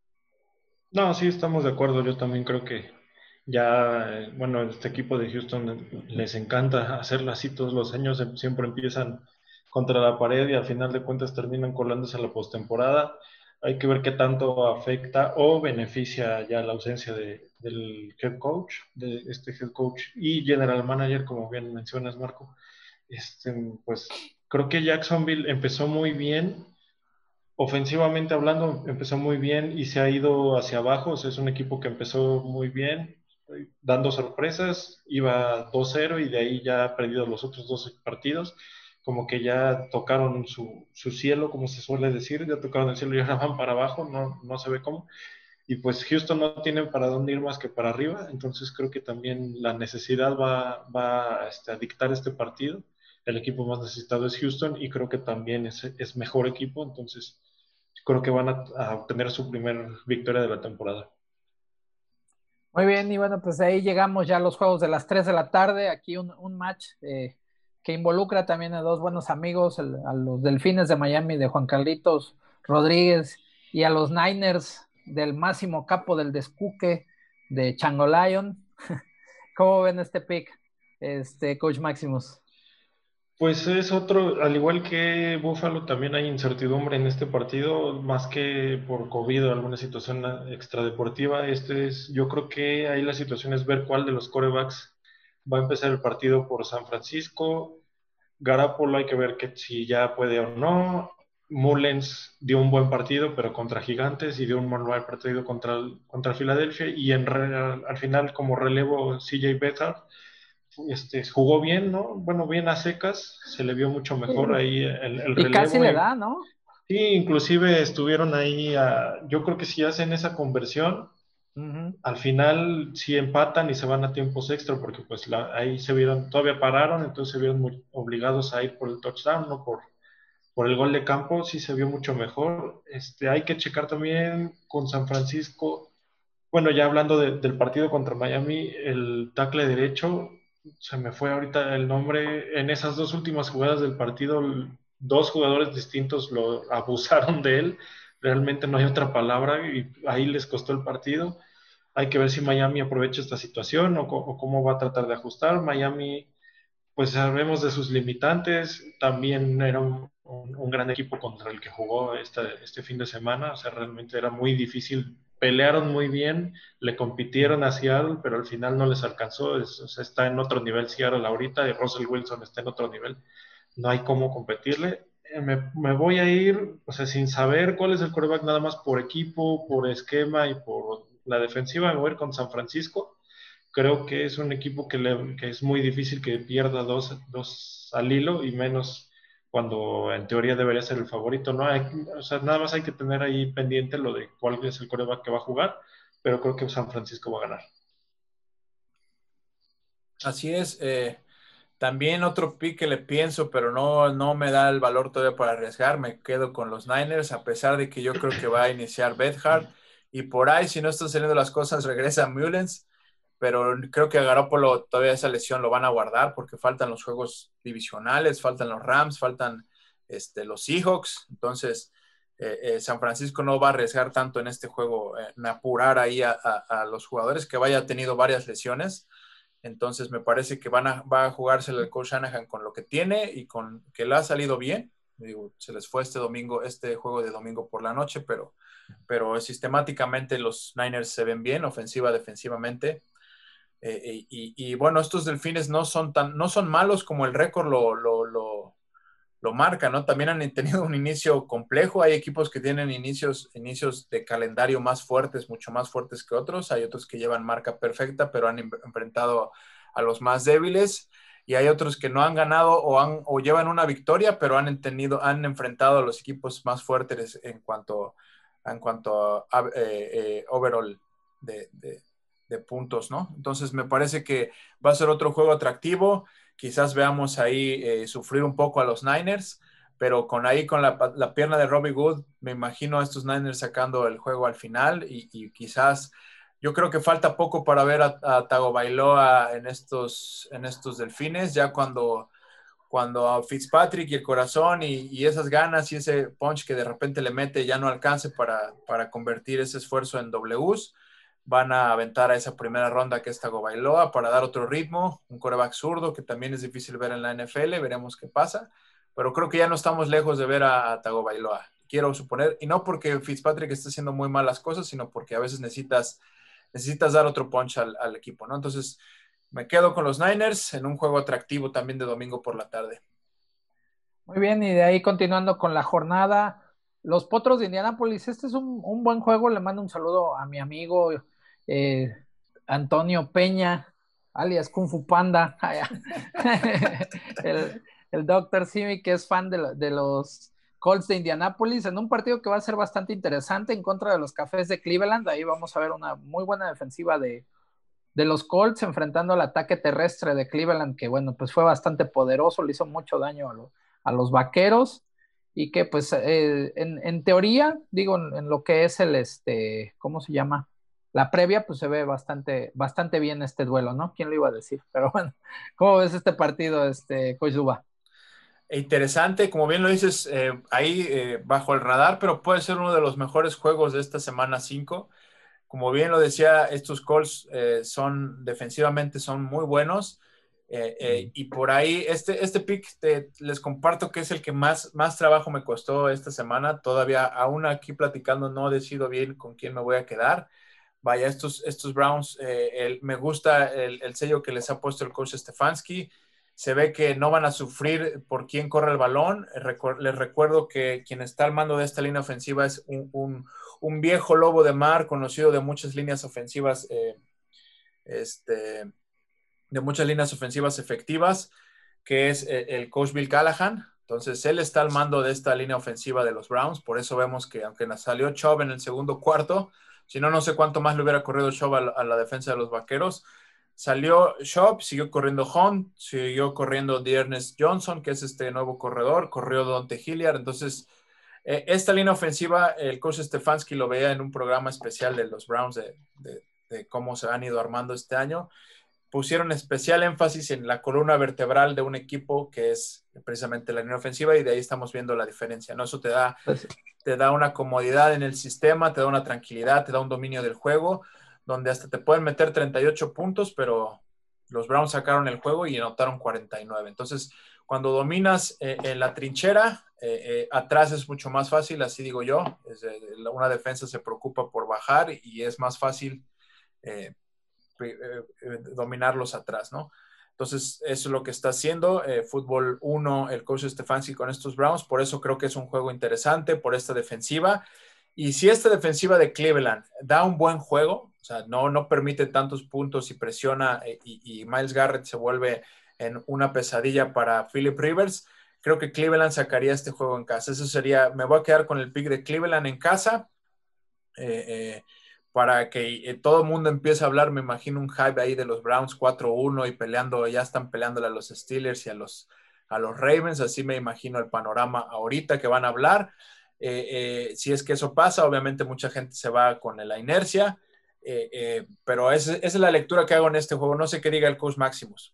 No, sí, estamos de acuerdo. Yo también creo que ya, bueno, este equipo de Houston les encanta hacerlo así todos los años, siempre empiezan contra la pared y al final de cuentas terminan colándose a la postemporada. Hay que ver qué tanto afecta o beneficia ya la ausencia de, del head coach, de este head coach y general manager, como bien mencionas, Marco. Este, pues creo que Jacksonville empezó muy bien. Ofensivamente hablando, empezó muy bien y se ha ido hacia abajo. O sea, es un equipo que empezó muy bien, dando sorpresas, iba dos cero y de ahí ya ha perdido los otros dos partidos. Como que ya tocaron su, su cielo, como se suele decir, ya tocaron el cielo y ahora van para abajo, no, no se ve cómo. Y pues Houston no tiene para dónde ir más que para arriba, entonces creo que también la necesidad va, va este, a dictar este partido. El equipo más necesitado es Houston y creo que también es, es mejor equipo, entonces creo que van a, a obtener su primer victoria de la temporada. Muy bien, y bueno, pues ahí llegamos ya a los juegos de las tres de la tarde, aquí un, un match eh, que involucra también a dos buenos amigos, el, a los Delfines de Miami de Juan Carlitos Rodríguez y a los Niners del máximo capo del descuque de Chango Lion. ¿Cómo ven este pick, este Coach Maximus? Pues es otro, al igual que Buffalo, también hay incertidumbre en este partido, más que por COVID o alguna situación extradeportiva. Este es, yo creo que ahí la situación es ver cuál de los quarterbacks va a empezar el partido por San Francisco. Garoppolo hay que ver que si ya puede o no. Mullens dio un buen partido, pero contra Gigantes, y dio un mal partido contra, contra Filadelfia. Y en re, al final, como relevo, C J Beathard este, jugó bien, ¿no? Bueno, bien a secas, se le vio mucho mejor ahí el, el relevo. Y casi le da, ¿no? Sí, inclusive estuvieron ahí, a, yo creo que si hacen esa conversión, uh-huh. Al final sí empatan y se van a tiempos extra, porque pues la, ahí se vieron, todavía pararon, entonces se vieron muy obligados a ir por el touchdown, no por, por el gol de campo, sí se vio mucho mejor. Este, hay que checar también con San Francisco, bueno, ya hablando de, del partido contra Miami, el tackle derecho, se me fue ahorita el nombre, en esas dos últimas jugadas del partido dos jugadores distintos lo abusaron de él, realmente no hay otra palabra, y ahí les costó el partido. Hay que ver si Miami aprovecha esta situación o, o cómo va a tratar de ajustar. Miami, pues sabemos de sus limitantes, también era un, un, un gran equipo contra el que jugó esta, este fin de semana, o sea, realmente era muy difícil, pelearon muy bien, le compitieron a Seattle, pero al final no les alcanzó, es, o sea, está en otro nivel Seattle ahorita y Russell Wilson está en otro nivel, no hay cómo competirle. Eh, Me, me voy a ir, o sea, sin saber cuál es el quarterback, nada más por equipo, por esquema y por la defensiva, me voy a ir con San Francisco. Creo que es un equipo que, le, que es muy difícil que pierda dos, dos al hilo, y menos cuando en teoría debería ser el favorito, ¿no? Hay, o sea, nada más hay que tener ahí pendiente lo de cuál es el quarterback que va a jugar, pero creo que San Francisco va a ganar. Así es. Eh, también otro pick que le pienso, pero no, no me da el valor todavía para arriesgar. Me quedo con los Niners, a pesar de que yo creo que va a iniciar Beathard. Y por ahí, si no están saliendo las cosas, regresa Mullens. Pero creo que a Garoppolo todavía esa lesión lo van a guardar porque faltan los juegos divisionales, faltan los Rams, faltan este, los Seahawks. Entonces, eh, eh, San Francisco no va a arriesgar tanto en este juego, eh, en apurar ahí a, a, a los jugadores, que vaya tenido varias lesiones. Entonces me parece que van a, va a jugarse el coach Shanahan con lo que tiene y con que le ha salido bien. Digo, se les fue este domingo, este juego de domingo por la noche, pero, pero sistemáticamente los Niners se ven bien, ofensiva, defensivamente. Eh, y, y, bueno, estos Delfines no son tan, no son malos como el récord lo, lo, lo, lo marca, ¿no? También han tenido un inicio complejo. Hay equipos que tienen inicios, inicios de calendario más fuertes, mucho más fuertes que otros. Hay otros que llevan marca perfecta, pero han enfrentado a los más débiles. Y hay otros que no han ganado o, han, o llevan una victoria, pero han, tenido, han enfrentado a los equipos más fuertes en cuanto, en cuanto a eh, eh, overall de, de, de puntos, ¿no? Entonces me parece que va a ser otro juego atractivo. Quizás veamos ahí eh, sufrir un poco a los Niners, pero con ahí con la, la pierna de Robbie Gould, me imagino a estos Niners sacando el juego al final y, y quizás yo creo que falta poco para ver a, a Tagovailoa en estos, en estos Delfines, ya cuando, cuando a Fitzpatrick y el corazón y, y esas ganas y ese punch que de repente le mete ya no alcance para, para convertir ese esfuerzo en Ws, van a aventar a esa primera ronda que es Tagovailoa para dar otro ritmo, un quarterback zurdo que también es difícil ver en la N F L, veremos qué pasa, pero creo que ya no estamos lejos de ver a, a Tagovailoa, quiero suponer, y no porque Fitzpatrick esté haciendo muy malas cosas, sino porque a veces necesitas, necesitas dar otro punch al, al equipo, ¿no? Entonces me quedo con los Niners en un juego atractivo también de domingo por la tarde. Muy bien, y de ahí continuando con la jornada, los Potros de Indianápolis, este es un, un buen juego, le mando un saludo a mi amigo eh, Antonio Peña, alias Kung Fu Panda, el, el doctor Simi, que es fan de, de los Colts de Indianápolis, en un partido que va a ser bastante interesante en contra de los Cafés de Cleveland. Ahí vamos a ver una muy buena defensiva de, de los Colts enfrentando al ataque terrestre de Cleveland, que bueno, pues fue bastante poderoso, le hizo mucho daño a, lo, a los Vaqueros, y que pues eh, en, en teoría, digo, en, en lo que es el, este, ¿cómo se llama? La previa, pues se ve bastante, bastante bien este duelo, ¿no? ¿Quién lo iba a decir? Pero bueno, ¿cómo ves este partido, este, Coach Duba? Interesante, como bien lo dices, eh, ahí eh, bajo el radar, pero puede ser uno de los mejores juegos de esta semana cinco. Como bien lo decía, estos Colts eh, son defensivamente son muy buenos. Eh, eh, y por ahí, este, este pick te, les comparto que es el que más, más trabajo me costó esta semana. Todavía, aún aquí platicando, no decido bien con quién me voy a quedar. Vaya, estos, estos Browns, eh, el, me gusta el, el sello que les ha puesto el coach Stefanski. Se ve que no van a sufrir por quién corre el balón. Les recuerdo que quien está al mando de esta línea ofensiva es un, un, un viejo lobo de mar, conocido de muchas líneas ofensivas, eh, este, de muchas líneas ofensivas efectivas, que es el coach Bill Callahan. Entonces, él está al mando de esta línea ofensiva de los Browns. Por eso vemos que, aunque salió Chubb en el segundo cuarto, si no, no sé cuánto más le hubiera corrido Chubb a la, a la defensa de los Vaqueros. Salió Chubb, siguió corriendo Hunt, siguió corriendo D'Ernest Johnson, que es este nuevo corredor, corrió Dante Hilliard. Entonces, eh, esta línea ofensiva, el coach Stefanski lo veía en un programa especial de los Browns de, de, de cómo se han ido armando este año. pusieron especial énfasis en la columna vertebral de un equipo que es precisamente la línea ofensiva, y de ahí estamos viendo la diferencia, ¿no? Eso te da, te da una comodidad en el sistema, te da una tranquilidad, te da un dominio del juego, donde hasta te pueden meter treinta y ocho puntos, pero los Browns sacaron el juego y anotaron cuarenta y nueve. Entonces, cuando dominas eh, en la trinchera, eh, eh, atrás es mucho más fácil, así digo yo. Es, eh, una defensa se preocupa por bajar y es más fácil eh, eh, eh, dominarlos atrás, ¿no? Entonces, eso es lo que está haciendo eh, Fútbol uno, el coach Stefanski con estos Browns. Por eso creo que es un juego interesante, por esta defensiva. Y si esta defensiva de Cleveland da un buen juego, o sea, no, no permite tantos puntos y presiona eh, y, y Myles Garrett se vuelve en una pesadilla para Philip Rivers, creo que Cleveland sacaría este juego en casa. Eso sería, me voy a quedar con el pick de Cleveland en casa, eh, eh, para que eh, todo el mundo empiece a hablar, me imagino un hype ahí de los Browns cuatro uno y peleando, ya están peleándole a los Steelers y a los, a los Ravens, así me imagino el panorama ahorita que van a hablar. Eh, eh, si es que eso pasa, obviamente mucha gente se va con la inercia, eh, eh, pero esa, esa es la lectura que hago en este juego. No sé qué diga el coach Maximus.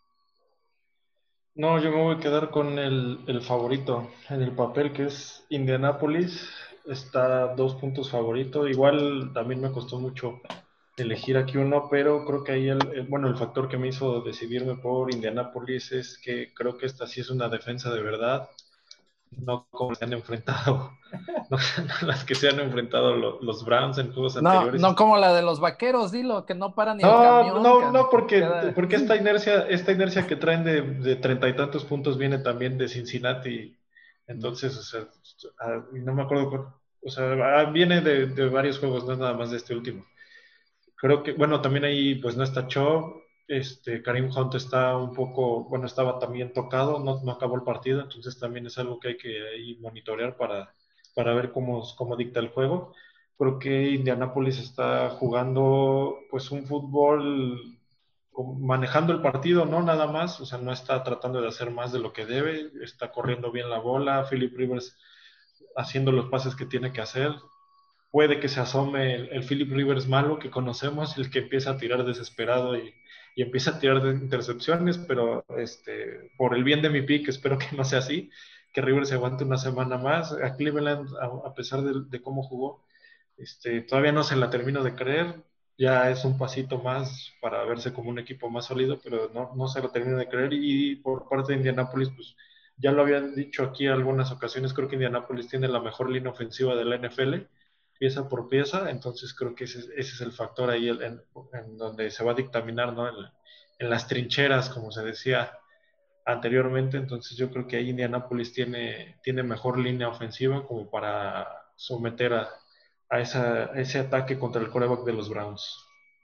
No, yo me voy a quedar con el, el favorito en el papel, que es Indianapolis. Está dos puntos favorito. Igual también me costó mucho elegir aquí uno, pero creo que ahí el, el- bueno, el factor que me hizo decidirme por Indianapolis es que creo que esta sí es una defensa de verdad, no como se han enfrentado, no, no las que se han enfrentado lo- los Browns en juegos No, anteriores. no como la de los vaqueros, dilo, que no para ni el No, camión, no, can, no, que porque, queda- porque esta inercia, esta inercia que traen de de treinta y tantos puntos viene también de Cincinnati. Entonces, o sea, ah, y no me acuerdo, cuál- o sea, ah, viene de, de varios juegos, no es nada más de este último. Creo que, bueno, también ahí pues no está Cho, este, Karim Hunt está un poco, bueno, estaba también tocado, no, no acabó el partido, entonces también es algo que hay que ahí monitorear para, para ver cómo, cómo dicta el juego. Creo que Indianapolis está jugando pues un fútbol como manejando el partido, no nada más, o sea, no está tratando de hacer más de lo que debe, está corriendo bien la bola, Philip Rivers haciendo los pases que tiene que hacer. Puede que se asome el, el Philip Rivers malo que conocemos, el que empieza a tirar desesperado y, y empieza a tirar de intercepciones, pero este, por el bien de mi pick espero que no sea así, que Rivers se aguante una semana más. A Cleveland, a, a pesar de, de, cómo jugó, este, todavía no se la termino de creer, ya es un pasito más para verse como un equipo más sólido, pero no, no se lo termino de creer. Y por parte de Indianapolis, pues ya lo había dicho aquí en algunas ocasiones, creo que Indianapolis tiene la mejor línea ofensiva de la N F L, pieza por pieza, entonces creo que ese, ese es el factor ahí en, en, donde se va a dictaminar, ¿no? En, en, las trincheras, como se decía anteriormente, entonces yo creo que ahí Indianapolis tiene, tiene mejor línea ofensiva como para someter a, a, esa, a ese ataque contra el quarterback de los Browns.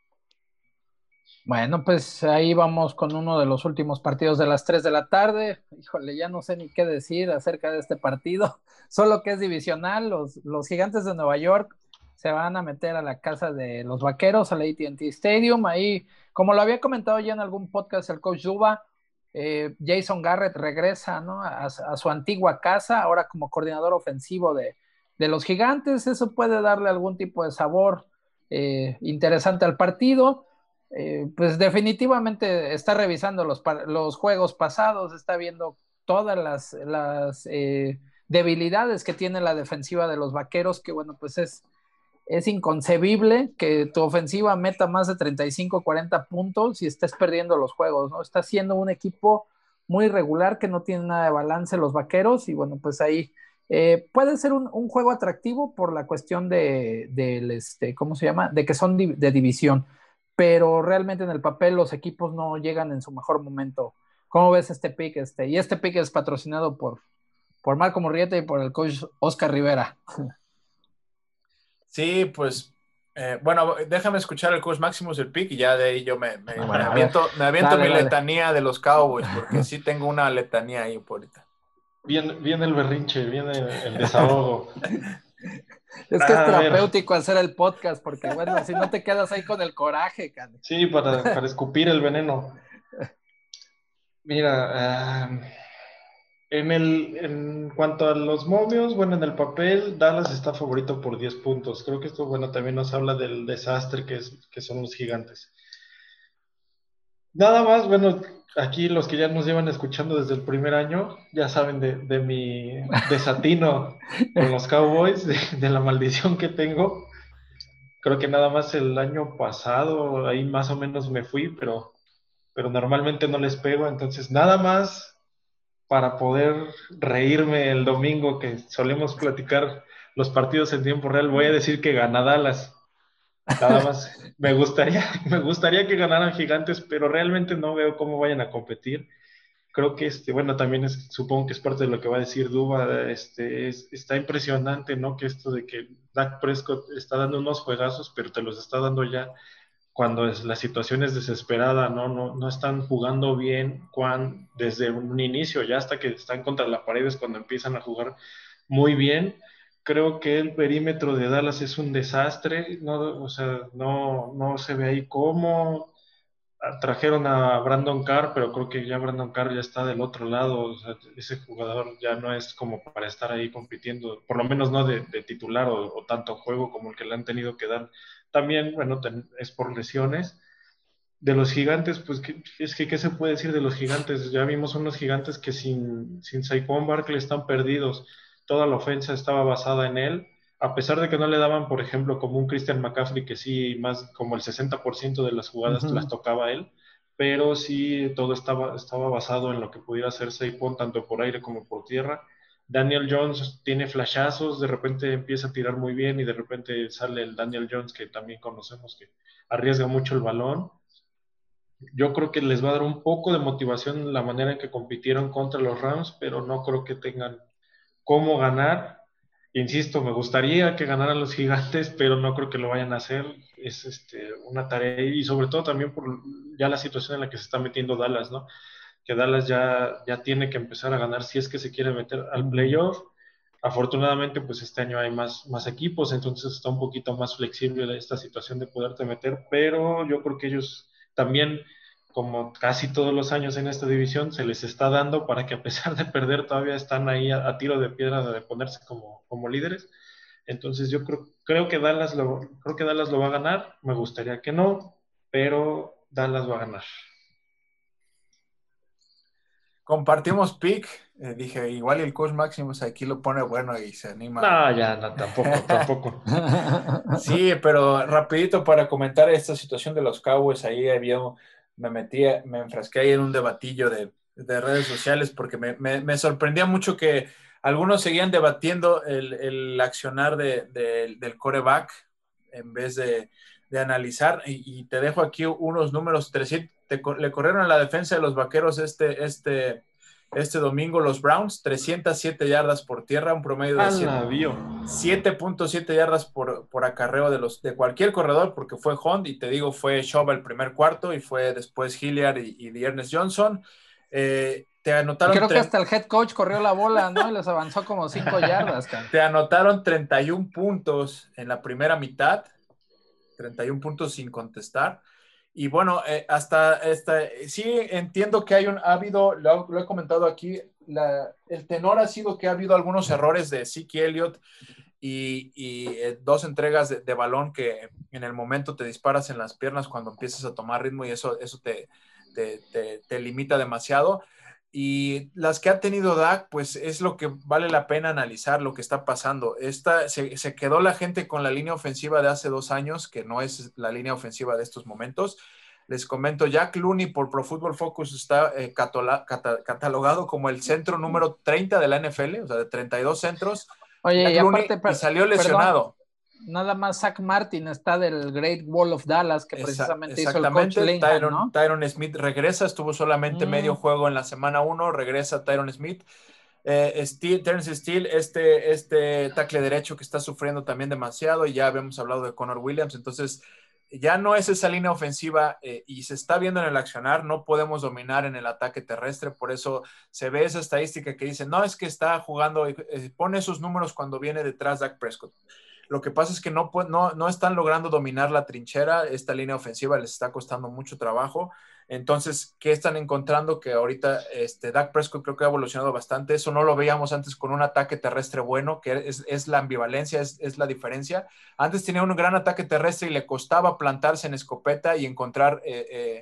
Bueno, pues ahí vamos con uno de los últimos partidos de las tres de la tarde. Híjole, ya no sé ni qué decir acerca de este partido, solo que es divisional. Los, los Gigantes de Nueva York se van a meter a la casa de los Vaqueros, al A T and T Stadium. Ahí, como lo había comentado ya en algún podcast el coach Zuba, eh, Jason Garrett regresa, ¿no? a, a su antigua casa, ahora como coordinador ofensivo de, de los Gigantes. Eso puede darle algún tipo de sabor eh, interesante al partido. Eh, pues definitivamente está revisando los, los juegos pasados, está viendo todas las, las eh, debilidades que tiene la defensiva de los Vaqueros, que bueno, pues es, es inconcebible que tu ofensiva meta más de treinta y cinco, cuarenta puntos y estés perdiendo los juegos, ¿no? Está siendo un equipo muy irregular que no tiene nada de balance los Vaqueros y bueno, pues ahí eh, puede ser un, un, juego atractivo por la cuestión de, de este, ¿cómo se llama? De que son di de división, pero realmente en el papel los equipos no llegan en su mejor momento. ¿Cómo ves este pick? Este? Y este pick es patrocinado por, por Marco Murrieta y por el coach Oscar Rivera. Sí, pues, eh, bueno, déjame escuchar el coach Maximus el pick y ya de ahí yo me, me, Ah, bueno, me aviento, me aviento dale, mi dale. letanía de los Cowboys, porque sí tengo una letanía ahí por ahorita. Viene, viene el berrinche, viene el, el desahogo. Es que es Ah, terapéutico hacer el podcast, porque bueno, si no te quedas ahí con el coraje, can. Sí, para, para escupir el veneno. Mira, uh, en, el, en cuanto a los momios, bueno, en el papel, Dallas está favorito por diez puntos. Creo que esto, bueno, también nos habla del desastre que, es, que son los Gigantes. Nada más, bueno, aquí los que ya nos llevan escuchando desde el primer año, ya saben de, de mi desatino con los Cowboys, de, de la maldición que tengo. Creo que nada más el año pasado, ahí más o menos me fui, pero, pero normalmente no les pego, entonces nada más para poder reírme el domingo que solemos platicar los partidos en tiempo real, voy a decir que gana Dallas. Nada más, me gustaría, me gustaría que ganaran Gigantes, pero realmente no veo cómo vayan a competir. Creo que este, bueno, también es, supongo que es parte de lo que va a decir Duba, este, es- está impresionante, ¿no? Que esto de que Dak Prescott está dando unos juegazos, pero te los está dando ya cuando es, la situación es desesperada, ¿no? No, no están jugando bien cuan, desde un inicio, ya hasta que están contra la pared es cuando empiezan a jugar muy bien. Creo que el perímetro de Dallas es un desastre, no, o sea, no, no se ve ahí cómo. Trajeron a Brandon Carr, pero creo que ya Brandon Carr ya está del otro lado. O sea, ese jugador ya no es como para estar ahí compitiendo, por lo menos no de, de titular o, o, tanto juego como el que le han tenido que dar. También, bueno, ten, es por lesiones. De los gigantes, pues ¿qué, es que, ¿qué se puede decir de los gigantes? Ya vimos unos gigantes que sin, sin Saquon Barkley están perdidos. Toda la ofensa estaba basada en él, a pesar de que no le daban, por ejemplo, como un Christian McCaffrey, que sí, más como el sesenta por ciento de las jugadas las Ujú. tocaba él, pero sí todo estaba, estaba basado en lo que pudiera hacer Saquon, tanto por aire como por tierra. Daniel Jones tiene flashazos, de repente empieza a tirar muy bien y de repente sale el Daniel Jones que también conocemos que arriesga mucho el balón. Yo creo que les va a dar un poco de motivación la manera en que compitieron contra los Rams, pero no creo que tengan cómo ganar. Insisto, me gustaría que ganaran los Gigantes, pero no creo que lo vayan a hacer. Es este, una tarea y sobre todo también por ya la situación en la que se está metiendo Dallas, ¿no? Que Dallas ya, ya tiene que empezar a ganar si es que se quiere meter al Ujú. playoff. Afortunadamente, pues este año hay más, más equipos, entonces está un poquito más flexible esta situación de poderte meter, pero yo creo que ellos también, como casi todos los años en esta división, se les está dando para que a pesar de perder todavía están ahí a, a tiro de piedra de ponerse como, como líderes. Entonces yo creo, creo que Dallas lo, creo que Dallas lo va a ganar, me gustaría que no, pero Dallas va a ganar. Compartimos pick. Eh, dije, igual el coach Maximus aquí lo pone bueno y se No, anima. ya, no, tampoco, tampoco. Sí, pero rapidito para comentar esta situación de los Cowboys, ahí había, me metí, me enfrasqué ahí en un debatillo de, de redes sociales porque me, me, me, sorprendía mucho que algunos seguían debatiendo el, el accionar de, de, del quarterback en vez de, de analizar, y, y, te dejo aquí unos números. trescientos, te, le corrieron a la defensa de los Vaqueros este, este, este domingo los Browns, trescientas siete yardas por tierra, un promedio de siete punto siete yardas por, por acarreo de, los, de cualquier corredor, porque fue Hunt, y te digo, fue Shaw el primer cuarto, y fue después Hilliard y, y Ernest Johnson. Eh, te anotaron... Creo que hasta el head coach corrió la bola, ¿no? Y les avanzó como cinco yardas, cara. Te anotaron treinta y un puntos en la primera mitad, treinta y un puntos sin contestar. Y bueno, eh, hasta, hasta sí entiendo que hay un, ha habido, lo, lo he comentado aquí, la, el tenor ha sido que ha habido algunos errores de Zeke Elliott y, y eh, dos entregas de, de balón que en el momento te disparas en las piernas cuando empiezas a tomar ritmo, y eso, eso te, te, te, te limita demasiado. Y las que ha tenido Dak, pues es lo que vale la pena analizar, lo que está pasando. Esta, se, se quedó la gente con la línea ofensiva de hace dos años, que no es la línea ofensiva de estos momentos. Les comento, Jack Looney por Pro Football Focus está eh, catola, cata, catalogado como el centro número treinta de la N F L, o sea, de treinta y dos centros. Oye, Jack y aparte, Looney, per, y salió lesionado. Perdón, nada más Zach Martin está del Great Wall of Dallas, que precisamente Esa, hizo el coach Linehan, Tyron, ¿no? Tyron Smith regresa, estuvo solamente mm. medio juego en la semana uno, regresa Tyron Smith. Eh, Steel, Terrence Steele, este, este tackle derecho que está sufriendo también demasiado, y ya habíamos hablado de Connor Williams, entonces ya no es esa línea ofensiva eh, y se está viendo en el accionar. No podemos dominar en el ataque terrestre, por eso se ve esa estadística que dice, no, es que está jugando, eh, pone esos números cuando viene detrás Dak Prescott. Lo que pasa es que no, no, no están logrando dominar la trinchera, esta línea ofensiva les está costando mucho trabajo. Entonces, ¿qué están encontrando? Que ahorita este, Dak Prescott creo que ha evolucionado bastante. Eso no lo veíamos antes con un ataque terrestre bueno, que es, es la ambivalencia, es, es la diferencia. Antes tenía un gran ataque terrestre y le costaba plantarse en escopeta y encontrar eh, eh,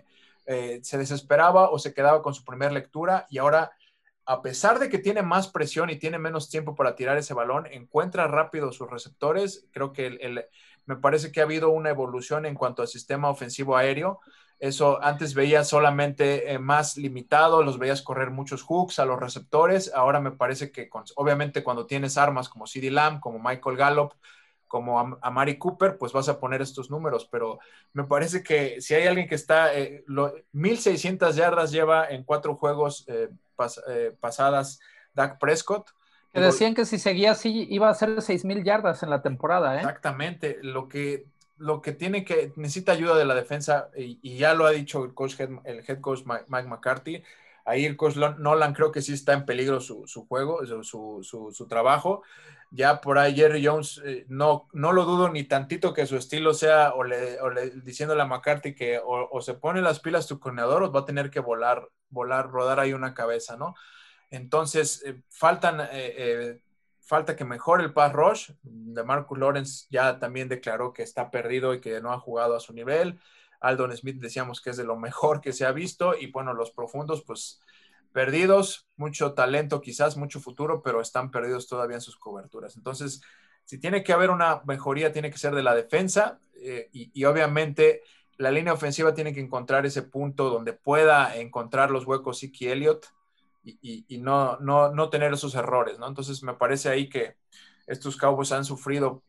eh, se desesperaba o se quedaba con su primera lectura, y ahora, a pesar de que tiene más presión y tiene menos tiempo para tirar ese balón, encuentra rápido sus receptores. Creo que el, el, me parece que ha habido una evolución en cuanto al sistema ofensivo aéreo. Eso antes veías solamente eh, más limitado, los veías correr muchos hooks a los receptores. Ahora me parece que con, obviamente cuando tienes armas como CeeDee Lamb, como Michael Gallup, como a, a Mari Cooper, pues vas a poner estos números, pero me parece que si hay alguien que está, eh, lo, mil seiscientas yardas lleva en cuatro juegos eh, pas, eh, pasadas Dak Prescott. Que decían que si seguía así iba a ser seis mil yardas en la temporada, ¿eh? Exactamente, lo que, lo que tiene que, necesita ayuda de la defensa, y, y ya lo ha dicho el coach, el head coach Mike McCarthy. Ahí el coach Nolan creo que sí está en peligro su, su juego, su, su, su trabajo. Ya por ahí Jerry Jones, eh, no, no lo dudo ni tantito que su estilo sea o le, o le diciéndole a McCarthy que o, o se pone las pilas tu coordinador o va a tener que volar, volar, rodar ahí una cabeza, ¿no? Entonces, eh, faltan, eh, eh, falta que mejore el pass rush. De Marcus Lawrence ya también declaró que está perdido y que no ha jugado a su nivel. Aldon Smith decíamos que es de lo mejor que se ha visto, y bueno, los profundos pues perdidos, mucho talento quizás, mucho futuro, pero están perdidos todavía en sus coberturas. Entonces, si tiene que haber una mejoría, tiene que ser de la defensa, eh, y, y obviamente la línea ofensiva tiene que encontrar ese punto donde pueda encontrar los huecos Zeke Elliott y, y, y no, no, no tener esos errores, ¿no? Entonces me parece ahí que estos Cowboys han sufrido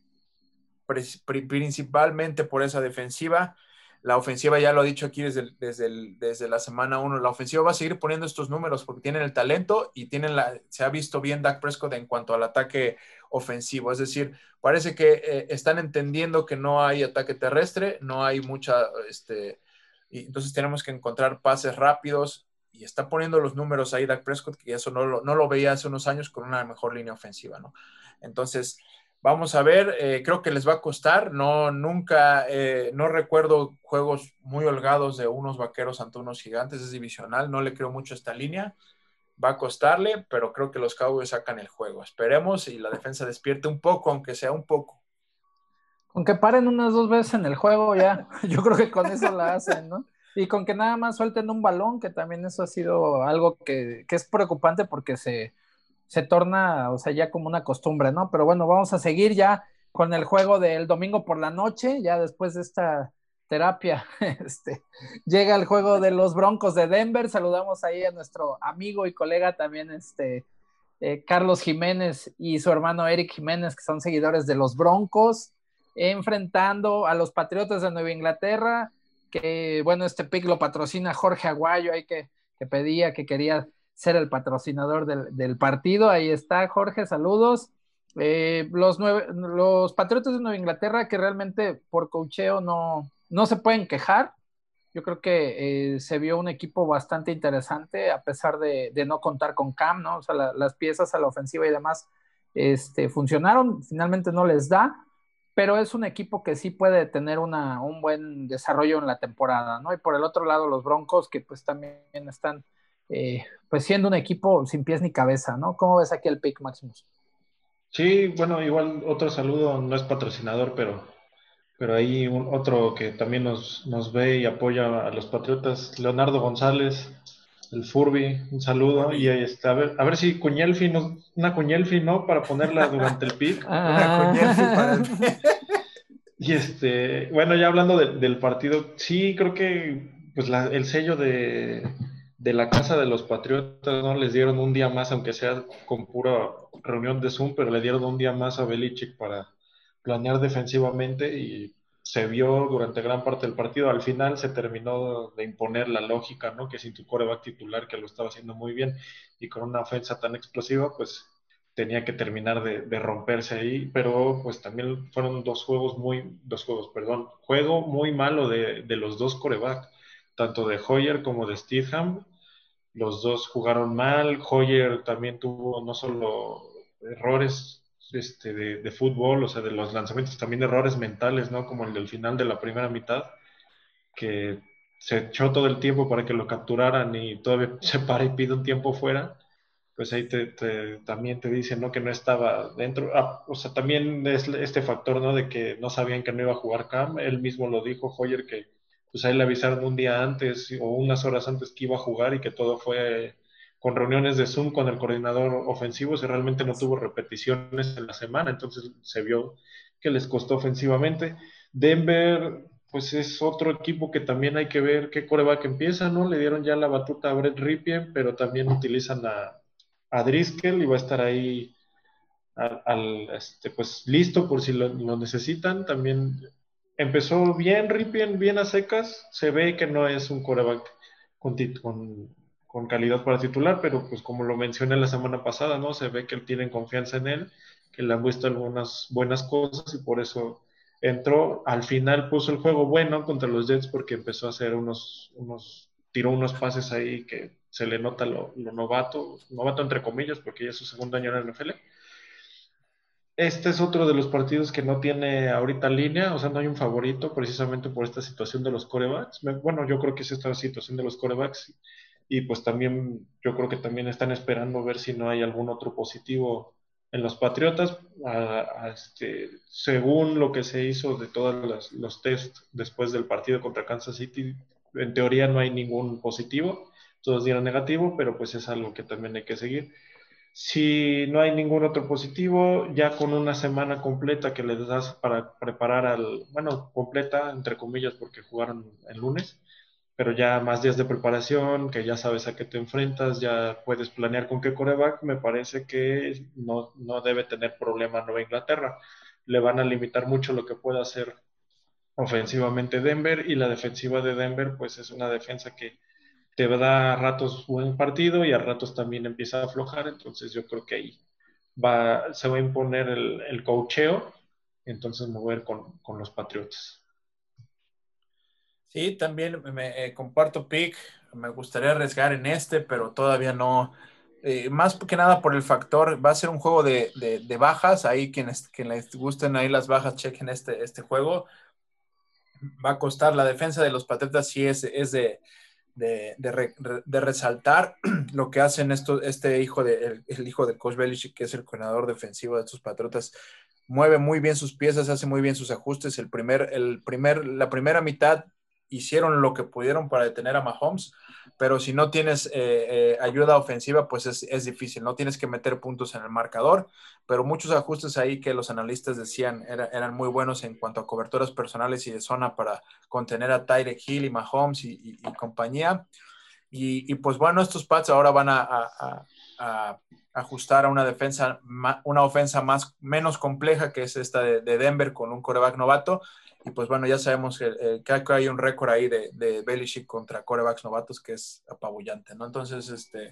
principalmente por esa defensiva. La ofensiva, ya lo ha dicho aquí desde, desde, el, desde la semana uno, la ofensiva va a seguir poniendo estos números porque tienen el talento y tienen la, se ha visto bien Dak Prescott en cuanto al ataque ofensivo. Es decir, parece que eh, están entendiendo que no hay ataque terrestre, no hay mucha, este, y entonces tenemos que encontrar pases rápidos, y está poniendo los números ahí Dak Prescott, que eso no lo, no lo veía hace unos años con una mejor línea ofensiva, ¿no? Entonces, vamos a ver, eh, creo que les va a costar. No, nunca, eh, no recuerdo juegos muy holgados de unos vaqueros ante unos gigantes, es divisional, no le creo mucho a esta línea, va a costarle, pero creo que los Cowboys sacan el juego. Esperemos y la defensa despierte un poco, aunque sea un poco. Con que paren unas dos veces en el juego ya, yo creo que con eso la hacen, ¿no? Y con que nada más suelten un balón, que también eso ha sido algo que, que es preocupante porque se, se torna, o sea, ya como una costumbre, ¿no? Pero bueno, vamos a seguir ya con el juego del domingo por la noche, ya después de esta terapia, este, llega el juego de los Broncos de Denver. Saludamos ahí a nuestro amigo y colega también, este, eh, Carlos Jiménez y su hermano Eric Jiménez, que son seguidores de los Broncos, enfrentando a los Patriotas de Nueva Inglaterra, que bueno, este pick lo patrocina Jorge Aguayo, ahí que, que pedía, que quería ser el patrocinador del, del partido. Ahí está, Jorge, saludos. Eh, los, nueve, los Patriotas de Nueva Inglaterra, que realmente por coacheo no, no se pueden quejar. Yo creo que eh, se vio un equipo bastante interesante, a pesar de, de no contar con Cam, ¿no? O sea, la, las piezas a la ofensiva y demás este, funcionaron, finalmente no les da, pero es un equipo que sí puede tener una, un buen desarrollo en la temporada, ¿no? Y por el otro lado, los Broncos, que pues también están eh, pues siendo un equipo sin pies ni cabeza, ¿no? ¿Cómo ves aquí el pick, Maximus? Sí, bueno, igual otro saludo, no es patrocinador, pero, pero ahí un, otro que también nos, nos ve y apoya a los Patriotas, Leonardo González, el Furby, un saludo. Furby. Y ahí está, a ver, a ver si Cuñelfi, nos, una Cuñelfi, ¿no? Para ponerla durante el pick. Ah. Una Cuñelfi para el pick. Y este, bueno, ya hablando de, del partido, sí, creo que pues la, el sello de, de la casa de los Patriotas, ¿no? Les dieron un día más, aunque sea con pura reunión de Zoom, pero le dieron un día más a Belichick para planear defensivamente, y se vio durante gran parte del partido. Al final se terminó de imponer la lógica, ¿no? Que sin tu quarterback titular, que lo estaba haciendo muy bien, y con una ofensa tan explosiva, pues tenía que terminar de, de romperse ahí, pero pues también fueron dos juegos muy, dos juegos, perdón, juego muy malo de, de los dos quarterbacks, tanto de Hoyer como de Stidham. Los dos jugaron mal. Hoyer también tuvo no solo errores este, de, de fútbol, o sea, de los lanzamientos, también errores mentales, ¿no? Como el del final de la primera mitad, que se echó todo el tiempo para que lo capturaran y todavía se para y pide un tiempo fuera. Pues ahí te, te, también te dicen, ¿no? Que no estaba dentro. Ah, o sea, también es este factor, ¿no? De que no sabían que no iba a jugar Cam. Él mismo lo dijo, Hoyer, que pues ahí le avisaron un día antes o unas horas antes que iba a jugar y que todo fue con reuniones de Zoom con el coordinador ofensivo, si realmente no tuvo repeticiones en la semana, entonces se vio que les costó ofensivamente. Denver, pues es otro equipo que también hay que ver qué coreback empieza, ¿no? Le dieron ya la batuta a Brett Ripien, pero también utilizan a, a Driscoll y va a estar ahí al, al, este, pues listo por si lo, lo necesitan. También empezó bien Ripien, bien a secas, se ve que no es un coreback con, con, con calidad para titular, pero pues como lo mencioné la semana pasada, ¿no? Se ve que tienen confianza en él, que le han visto algunas buenas cosas y por eso entró. Al final puso el juego bueno contra los Jets porque empezó a hacer unos, unos tiró unos pases ahí que se le nota lo, lo novato, novato entre comillas, porque ya es su segundo año en la N F L. Este es otro de los partidos que no tiene ahorita línea, o sea, no hay un favorito precisamente por esta situación de los corebacks. Bueno, yo creo que es esta situación de los corebacks y pues también yo creo que también están esperando ver si no hay algún otro positivo en los Patriotas. A, a este, según lo que se hizo de todos los, los test después del partido contra Kansas City, en teoría no hay ningún positivo, todos dieron negativo, pero pues es algo que también hay que seguir. Si no hay ningún otro positivo, ya con una semana completa que les das para preparar al, bueno, completa, entre comillas, porque jugaron el lunes, pero ya más días de preparación, que ya sabes a qué te enfrentas, ya puedes planear con qué coreback, me parece que no, no debe tener problema Nueva Inglaterra. Le van a limitar mucho lo que pueda hacer ofensivamente Denver y la defensiva de Denver, pues es una defensa que te da a ratos buen partido y a ratos también empieza a aflojar, entonces yo creo que ahí va, se va a imponer el, el coacheo, entonces me voy a ir con, con los Patriotas. Sí, también me eh, comparto pick, me gustaría arriesgar en este, pero todavía no, eh, más que nada por el factor, va a ser un juego de, de, de bajas, ahí quienes, quienes les gusten ahí las bajas, chequen este, este juego, va a costar, la defensa de los Patriotas sí es, es de, de, de, re, de resaltar lo que hacen esto, este hijo de, el, el hijo del coach Belichick, que es el coordinador defensivo de estos Patriotas, mueve muy bien sus piezas, hace muy bien sus ajustes, el primer, el primer, la primera mitad hicieron lo que pudieron para detener a Mahomes, pero si no tienes eh, eh, ayuda ofensiva, pues es, es difícil, no tienes que meter puntos en el marcador, pero muchos ajustes ahí que los analistas decían era, eran muy buenos en cuanto a coberturas personales y de zona para contener a Tyreek Hill y Mahomes y, y, y compañía. Y, y, pues bueno, estos Pats ahora van a, a, a, a ajustar a una defensa, una ofensa más, menos compleja que es esta de, de Denver con un quarterback novato. Y pues bueno, ya sabemos que, eh, que hay un récord ahí de, de Belichick contra quarterbacks novatos que es apabullante, ¿no? Entonces, este,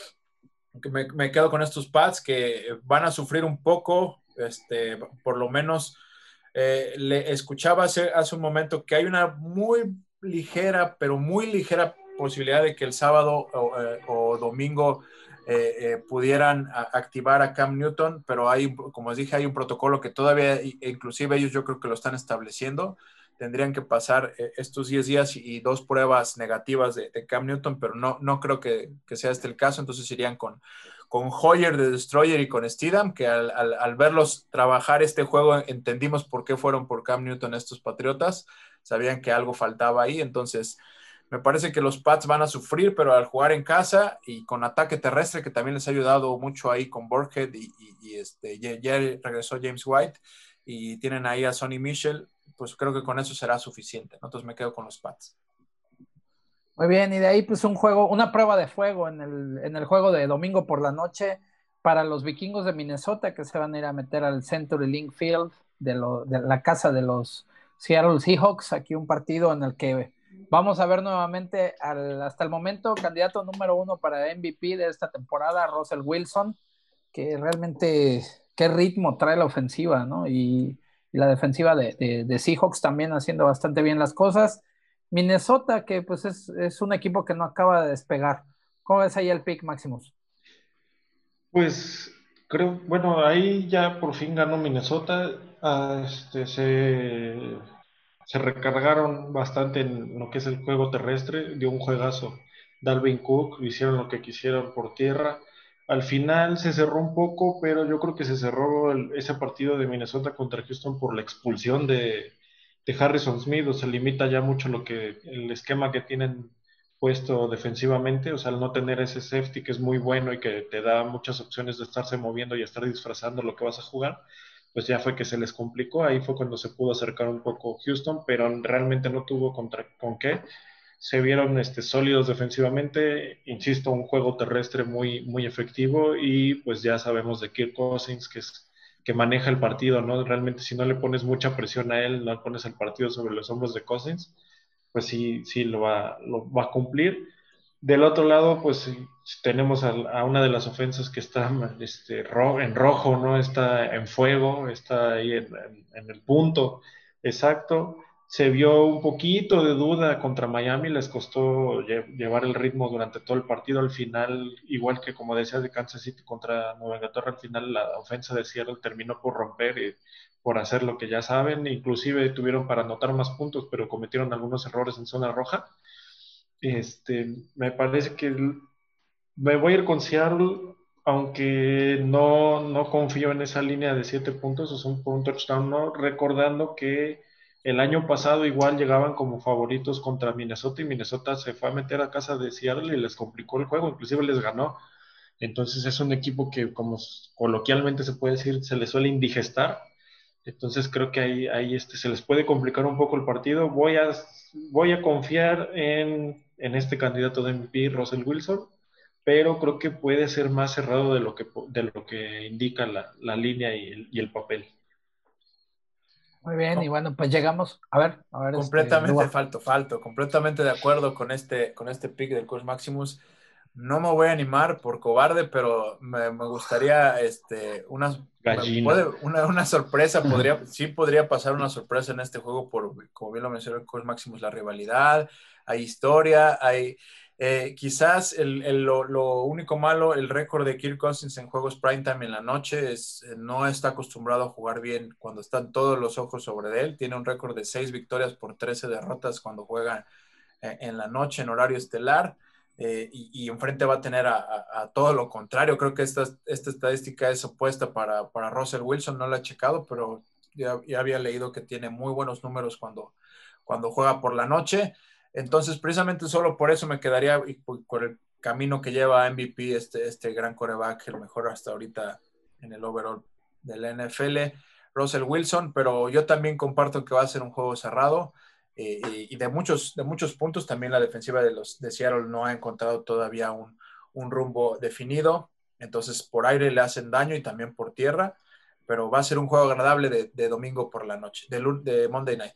me, me quedo con estos Pats que van a sufrir un poco, este, por lo menos eh, le escuchaba hace, hace un momento que hay una muy ligera, pero muy ligera posibilidad de que el sábado o, eh, o domingo eh, eh, pudieran a, activar a Cam Newton, pero hay, como les dije, hay un protocolo que todavía, inclusive ellos yo creo que lo están estableciendo, tendrían que pasar eh, estos diez días y, y dos pruebas negativas de, de Cam Newton, pero no, no creo que, que sea este el caso, entonces irían con, con Hoyer de Destroyer y con Steedham, que al, al, al verlos trabajar este juego entendimos por qué fueron por Cam Newton estos Patriotas, sabían que algo faltaba ahí, entonces me parece que los Pats van a sufrir, pero al jugar en casa y con ataque terrestre, que también les ha ayudado mucho ahí con Burkhead y, y, y este, ya, ya regresó James White y tienen ahí a Sonny Michel, pues creo que con eso será suficiente, ¿no? Entonces me quedo con los Pats. Muy bien, y de ahí pues un juego, una prueba de fuego en el, en el juego de domingo por la noche para los vikingos de Minnesota que se van a ir a meter al Century Link Field de, lo, de la casa de los Seattle Seahawks, aquí un partido en el que vamos a ver nuevamente al, hasta el momento candidato número uno para M V P de esta temporada, Russell Wilson, que realmente qué ritmo trae la ofensiva, ¿no? Y, y la defensiva de, de, de Seahawks también haciendo bastante bien las cosas. Minnesota, que pues es, es un equipo que no acaba de despegar. ¿Cómo ves ahí el pick, Maximus? Pues creo, bueno, ahí ya por fin ganó Minnesota. Ah, este, se, se recargaron bastante en lo que es el juego terrestre, dio un juegazo. Dalvin Cook, hicieron lo que quisieron por tierra. Al final se cerró un poco, pero yo creo que se cerró el- ese partido de Minnesota contra Houston por la expulsión de, de Harrison Smith, o se limita ya mucho lo que el esquema que tienen puesto defensivamente, o sea, al no tener ese safety que es muy bueno y que te da muchas opciones de estarse moviendo y estar disfrazando lo que vas a jugar, pues ya fue que se les complicó. Ahí fue cuando se pudo acercar un poco Houston, pero realmente no tuvo contra, con qué. Se vieron este, sólidos defensivamente, insisto, un juego terrestre muy, muy efectivo, y pues ya sabemos de Kirk Cousins, que es que maneja el partido, ¿no? Realmente si no le pones mucha presión a él, no pones el partido sobre los hombros de Cousins, pues sí, sí lo va, lo va a cumplir. Del otro lado, pues tenemos a, a una de las ofensas que está este, ro, en rojo, ¿no? Está en fuego, está ahí en, en, en el punto exacto. Se vio un poquito de duda contra Miami, les costó lle llevar el ritmo durante todo el partido. Al final, igual que como decía de Kansas City contra Nueva Inglaterra, al final la ofensa de Seattle terminó por romper y por hacer lo que ya saben. Inclusive tuvieron para anotar más puntos, pero cometieron algunos errores en zona roja. Este, me parece que me voy a ir con Seattle, aunque no, no confío en esa línea de siete puntos, o sea, por un touchdown, ¿no? Recordando que el año pasado igual llegaban como favoritos contra Minnesota, y Minnesota se fue a meter a casa de Seattle y les complicó el juego, inclusive les ganó. Entonces es un equipo que, como coloquialmente se puede decir, se les suele indigestar. Entonces creo que ahí, ahí este, se les puede complicar un poco el partido. Voy a, voy a confiar en, en este candidato de M V P, Russell Wilson, pero creo que puede ser más cerrado de lo que, de lo que indica la, la línea y el, y el papel. Muy bien, y Com- bueno, pues llegamos, a ver, a ver, este, completamente Dua. falto, falto, completamente de acuerdo con este, con este pick del Coach Maximus. No me voy a animar por cobarde, pero me, me gustaría este, una, me Gallina. puede, una, una sorpresa, podría, sí podría pasar una sorpresa en este juego, por, como bien lo mencionó el Coach Maximus, la rivalidad, hay historia, hay eh, quizás el, el, lo, lo, único malo, el récord de Kirk Cousins en juegos primetime en la noche, es, no está acostumbrado a jugar bien cuando están todos los ojos sobre él, tiene un récord de seis victorias por trece derrotas cuando juega eh, en la noche en horario estelar. Eh, y, y enfrente va a tener a, a, a, todo lo contrario. Creo que esta, esta estadística es opuesta para, para Russell Wilson, no la he checado, pero ya, ya había leído que tiene muy buenos números cuando, cuando juega por la noche. Entonces, precisamente solo por eso me quedaría y por, por el camino que lleva a M V P este, este gran quarterback, el mejor hasta ahorita en el overall de la N F L, Russell Wilson, pero yo también comparto que va a ser un juego cerrado. Eh, y de muchos, de muchos puntos también la defensiva de los de Seattle no ha encontrado todavía un, un rumbo definido, entonces por aire le hacen daño y también por tierra, pero va a ser un juego agradable de, de domingo por la noche, de, de Monday Night.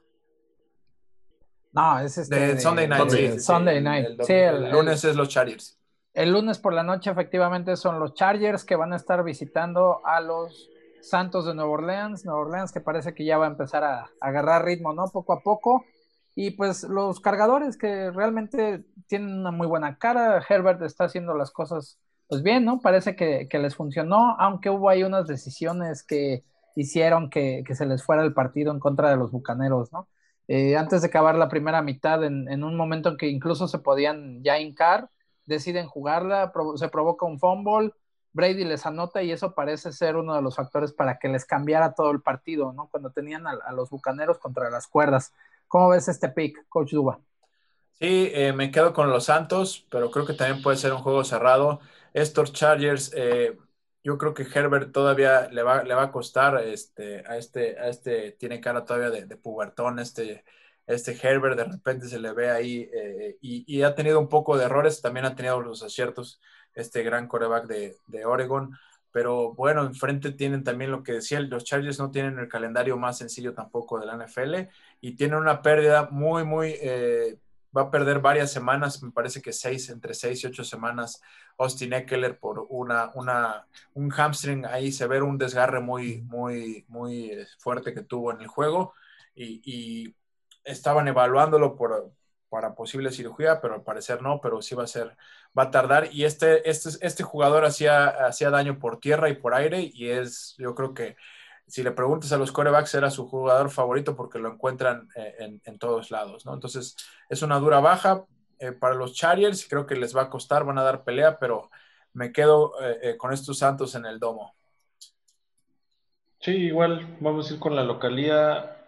No, es este De de, Sunday Night, de sí, sí, sí. Sunday El, Night. el, Sí, el, el, lunes el, es los Chargers. El lunes por la noche efectivamente son los Chargers que van a estar visitando a los Santos de Nueva Orleans. Nueva Orleans que parece que ya va a empezar a, a agarrar ritmo, ¿no? Poco a poco. Y pues los cargadores que realmente tienen una muy buena cara. Herbert está haciendo las cosas pues bien, ¿no? Parece que, que les funcionó, aunque hubo ahí unas decisiones que hicieron que, que se les fuera el partido en contra de los Bucaneros, ¿no? Eh, antes de acabar la primera mitad, en, en un momento en que incluso se podían ya hincar, deciden jugarla, se provoca un fumble, Brady les anota y eso parece ser uno de los factores para que les cambiara todo el partido, ¿no? Cuando tenían a, a los Bucaneros contra las cuerdas. ¿Cómo ves este pick, Coach Duba? Sí, eh, me quedo con los Santos, pero creo que también puede ser un juego cerrado. Estos Chargers, eh, yo creo que Herbert todavía le va, le va a costar, este, a este, a este, tiene cara todavía de, de pubertón, este, este Herbert de repente se le ve ahí eh, y, y ha tenido un poco de errores, también ha tenido los aciertos, este gran quarterback de, de Oregon, pero bueno, enfrente tienen también lo que decía, los Chargers no tienen el calendario más sencillo tampoco de la N F L y tienen una pérdida muy, muy... Eh, va a perder varias semanas, me parece que seis, entre seis y ocho semanas, Austin Ekeler por una, una, un hamstring ahí severo, un desgarre muy, muy, muy fuerte que tuvo en el juego y, y estaban evaluándolo por, para posible cirugía, pero al parecer no, pero sí va a ser, va a tardar y este, este, este jugador hacía, hacía daño por tierra y por aire y es, yo creo que si le preguntas a los quarterbacks, era su jugador favorito porque lo encuentran en, en todos lados, ¿no? Entonces, es una dura baja eh, para los Chargers, creo que les va a costar, van a dar pelea, pero me quedo eh, eh, con estos Santos en el domo. Sí, igual vamos a ir con la localía.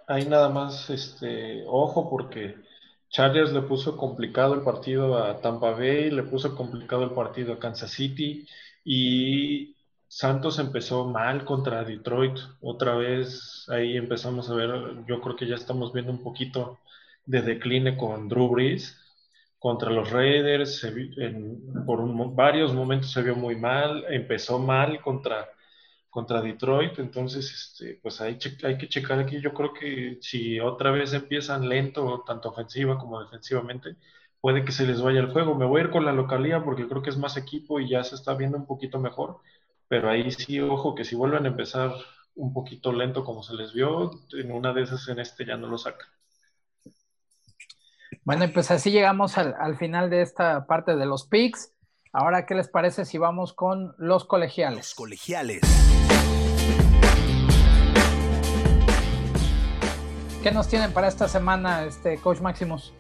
ahí nada más, este, ojo, porque Chargers le puso complicado el partido a Tampa Bay, le puso complicado el partido a Kansas City y Santos empezó mal contra Detroit. Otra vez ahí empezamos a ver, yo creo que ya estamos viendo un poquito de decline con Drew Brees. Contra los Raiders, se vi- en- por un- varios momentos se vio muy mal, empezó mal contra contra Detroit, entonces este, pues hay, che- hay que checar aquí. Yo creo que si otra vez empiezan lento, tanto ofensiva como defensivamente, puede que se les vaya el juego. Me voy a ir con la localía porque creo que es más equipo y ya se está viendo un poquito mejor, pero ahí sí, ojo, que si vuelven a empezar un poquito lento como se les vio, en una de esas en este ya no lo sacan. Bueno, y pues así llegamos al, al final de esta parte de los picks. Ahora, ¿qué les parece si vamos con los colegiales? Los colegiales. ¿Qué nos tienen para esta semana, este Coach Maximus?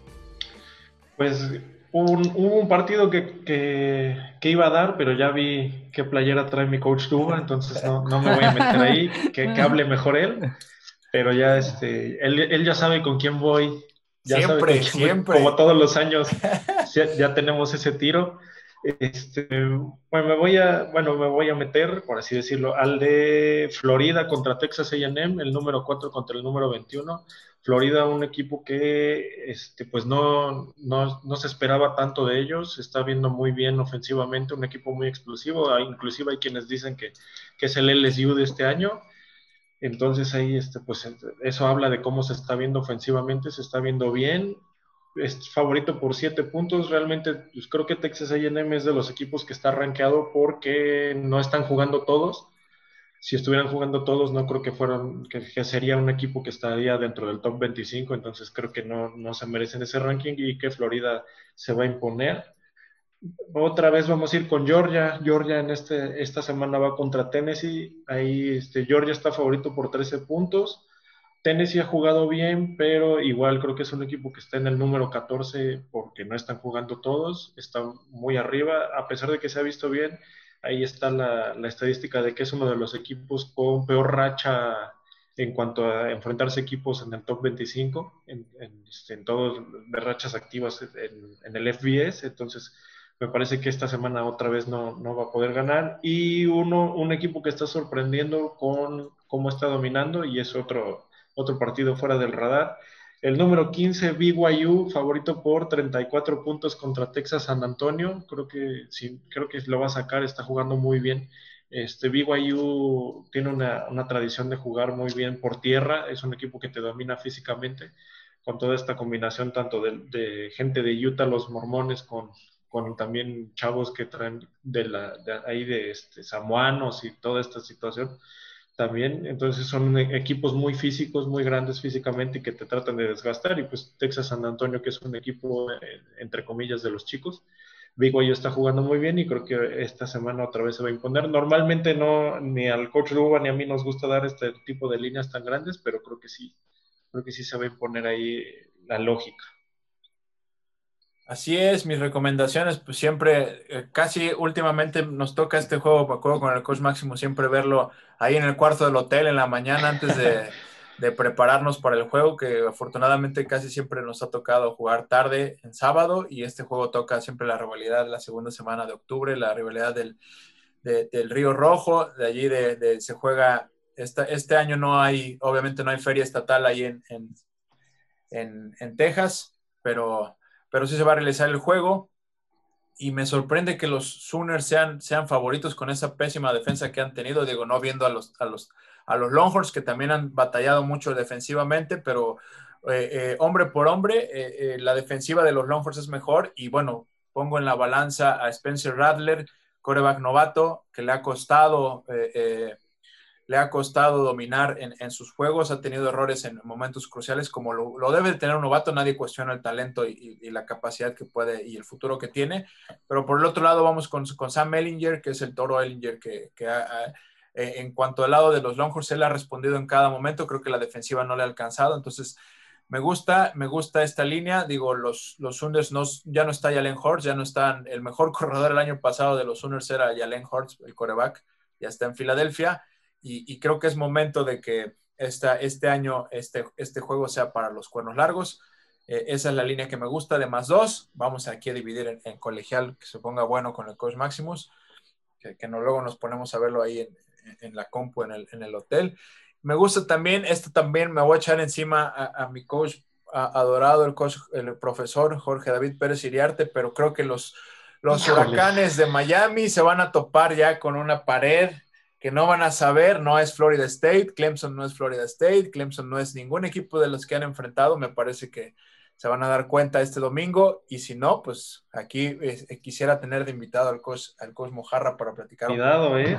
Pues hubo un, hubo un partido que, que, que iba a dar, pero ya vi qué playera trae mi coach Duba, entonces no, no me voy a meter ahí, que, que hable mejor él. Pero ya este, él, él ya sabe con quién voy, ya sabe con Siempre, quién voy, siempre. como todos los años, ya, ya tenemos ese tiro. Este, bueno, me voy a, bueno, me voy a meter, por así decirlo, al de Florida contra Texas A and M, el número cuatro contra el número veintiuno. Florida, un equipo que este, pues no, no, no se esperaba tanto de ellos, se está viendo muy bien ofensivamente, un equipo muy explosivo, inclusive hay quienes dicen que, que es el L S U de este año. Entonces ahí, este, pues eso habla de cómo se está viendo ofensivamente, se está viendo bien. Es favorito por siete puntos. Realmente, pues creo que Texas A and M es de los equipos que está rankeado porque no están jugando todos. Si estuvieran jugando todos, no creo que fueran, que, que sería un equipo que estaría dentro del top veinticinco. Entonces creo que no, no se merecen ese ranking y que Florida se va a imponer. Otra vez vamos a ir con Georgia. Georgia en este, esta semana va contra Tennessee. Ahí este, Georgia está favorito por trece puntos. Tennessee ha jugado bien, pero igual creo que es un equipo que está en el número catorce porque no están jugando todos. Está muy arriba, a pesar de que se ha visto bien. Ahí está la, la estadística de que es uno de los equipos con peor racha en cuanto a enfrentarse equipos en el top veinticinco, en, en, este, en todos de rachas activas en, en el F B S. Entonces, me parece que esta semana otra vez no, no va a poder ganar. Y uno, un equipo que está sorprendiendo con cómo está dominando, y es otro, otro partido fuera del radar. El número quince, B Y U, favorito por treinta y cuatro puntos contra Texas San Antonio. Creo que sí, creo que lo va a sacar, está jugando muy bien. Este, B Y U tiene una, una tradición de jugar muy bien por tierra, es un equipo que te domina físicamente, con toda esta combinación tanto de, de gente de Utah, los mormones, con, con también chavos que traen de, la, de ahí de este, samoanos y toda esta situación también. Entonces son equipos muy físicos, muy grandes físicamente y que te tratan de desgastar. Y pues Texas San Antonio, que es un equipo, eh, entre comillas, de los chicos. Big Way está jugando muy bien y creo que esta semana otra vez se va a imponer. Normalmente no, ni al coach Luba ni a mí nos gusta dar este tipo de líneas tan grandes, pero creo que sí, creo que sí se va a imponer ahí la lógica. Así es, mis recomendaciones, pues siempre, eh, casi últimamente nos toca este juego, me acuerdo con el Coach Máximo, siempre verlo ahí en el cuarto del hotel en la mañana antes de, de prepararnos para el juego, que afortunadamente casi siempre nos ha tocado jugar tarde en sábado, y este juego toca siempre la rivalidad de la segunda semana de octubre, la rivalidad del, de, del Río Rojo, de allí de, de, se juega, esta, este año no hay, obviamente no hay feria estatal ahí en, en, en, en Texas, pero... pero sí se va a realizar el juego, y me sorprende que los Sooners sean, sean favoritos con esa pésima defensa que han tenido, digo, no viendo a los, a los, a los Longhorns, que también han batallado mucho defensivamente, pero eh, eh, hombre por hombre, eh, eh, la defensiva de los Longhorns es mejor, y bueno, pongo en la balanza a Spencer Rattler, quarterback novato, que le ha costado... Eh, eh, le ha costado dominar en, en sus juegos, ha tenido errores en momentos cruciales, como lo, lo debe de tener un novato. Nadie cuestiona el talento y, y, y la capacidad que puede y el futuro que tiene, pero por el otro lado vamos con, con Sam Ehlinger, que es el toro Ehlinger, que, que ha, ha, eh, en cuanto al lado de los Longhorns, él ha respondido en cada momento. Creo que la defensiva no le ha alcanzado, entonces me gusta, me gusta esta línea. Digo, los, los Sooners no, ya no está Jalen Hurts, ya no están, el mejor corredor el año pasado de los Sooners era Jalen Hurts, el quarterback, ya está en Filadelfia. Y, y creo que es momento de que, esta, este año este, este juego sea para los cuernos largos. Eh, esa es la línea que me gusta de más dos. Vamos aquí a dividir en, en colegial, que se ponga bueno con el coach Maximus, que, que no, luego nos ponemos a verlo ahí en, en la compu, en el, en el hotel. Me gusta también, esto también me voy a echar encima a, a mi coach a, adorado, el coach, el profesor Jorge David Pérez Iriarte, pero creo que los, los Huracanes de Miami se van a topar ya con una pared que no van a saber. No es Florida State, Clemson no es Florida State, Clemson no es ningún equipo de los que han enfrentado. Me parece que se van a dar cuenta este domingo, y si no, pues aquí eh, quisiera tener de invitado al coach, al coach Mojarra para platicar. Cuidado, eh.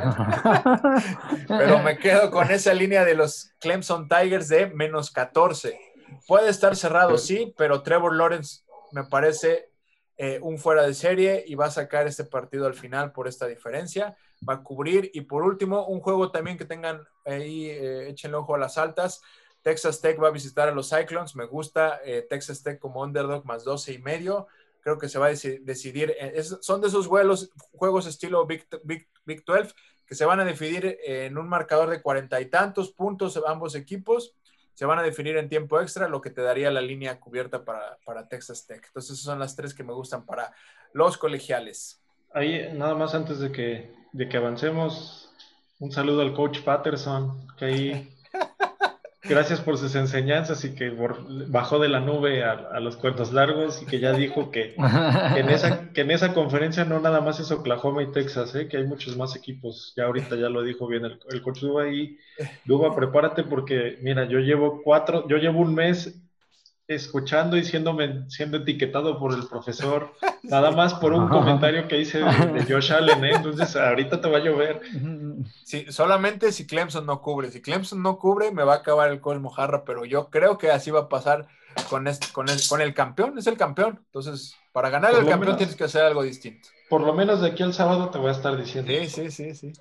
Pero me quedo con esa línea de los Clemson Tigers de menos catorce. Puede estar cerrado, sí, pero Trevor Lawrence me parece eh, un fuera de serie y va a sacar este partido al final por esta diferencia. Va a cubrir. Y por último, un juego también que tengan ahí, eh, échenle ojo a las altas. Texas Tech va a visitar a los Cyclones. Me gusta eh, Texas Tech como underdog más doce y medio. Creo que se va a dec- decidir. Es, son de esos juegos, juegos estilo Big, Big, Big doce que se van a definir en un marcador de cuarenta y tantos puntos ambos equipos. Se van a definir en tiempo extra, lo que te daría la línea cubierta para, para Texas Tech. Entonces, esas son las tres que me gustan para los colegiales. Ahí, nada más antes de que, de que avancemos, un saludo al coach Patterson, que ahí, gracias por sus enseñanzas y que por, bajó de la nube a, a los cuernos largos y que ya dijo que, que, en esa, que en esa conferencia no nada más es Oklahoma y Texas, ¿eh? Que hay muchos más equipos. Ya ahorita ya lo dijo bien el, el coach Duba ahí. Duba, prepárate porque, mira, yo llevo cuatro, yo llevo un mes escuchando y siéndome, siendo etiquetado por el profesor, nada más por un comentario que hice de, de Josh Allen, ¿eh? Entonces ahorita te va a llover. Sí, solamente si Clemson no cubre. Si Clemson no cubre, me va a acabar el coach Mojarra, pero yo creo que así va a pasar con, este, con, el, con el campeón. Es el campeón. Entonces, para ganar Por el lo campeón menos- tienes que hacer algo distinto. Por lo menos de aquí al sábado te voy a estar diciendo. Sí, sí, sí, sí.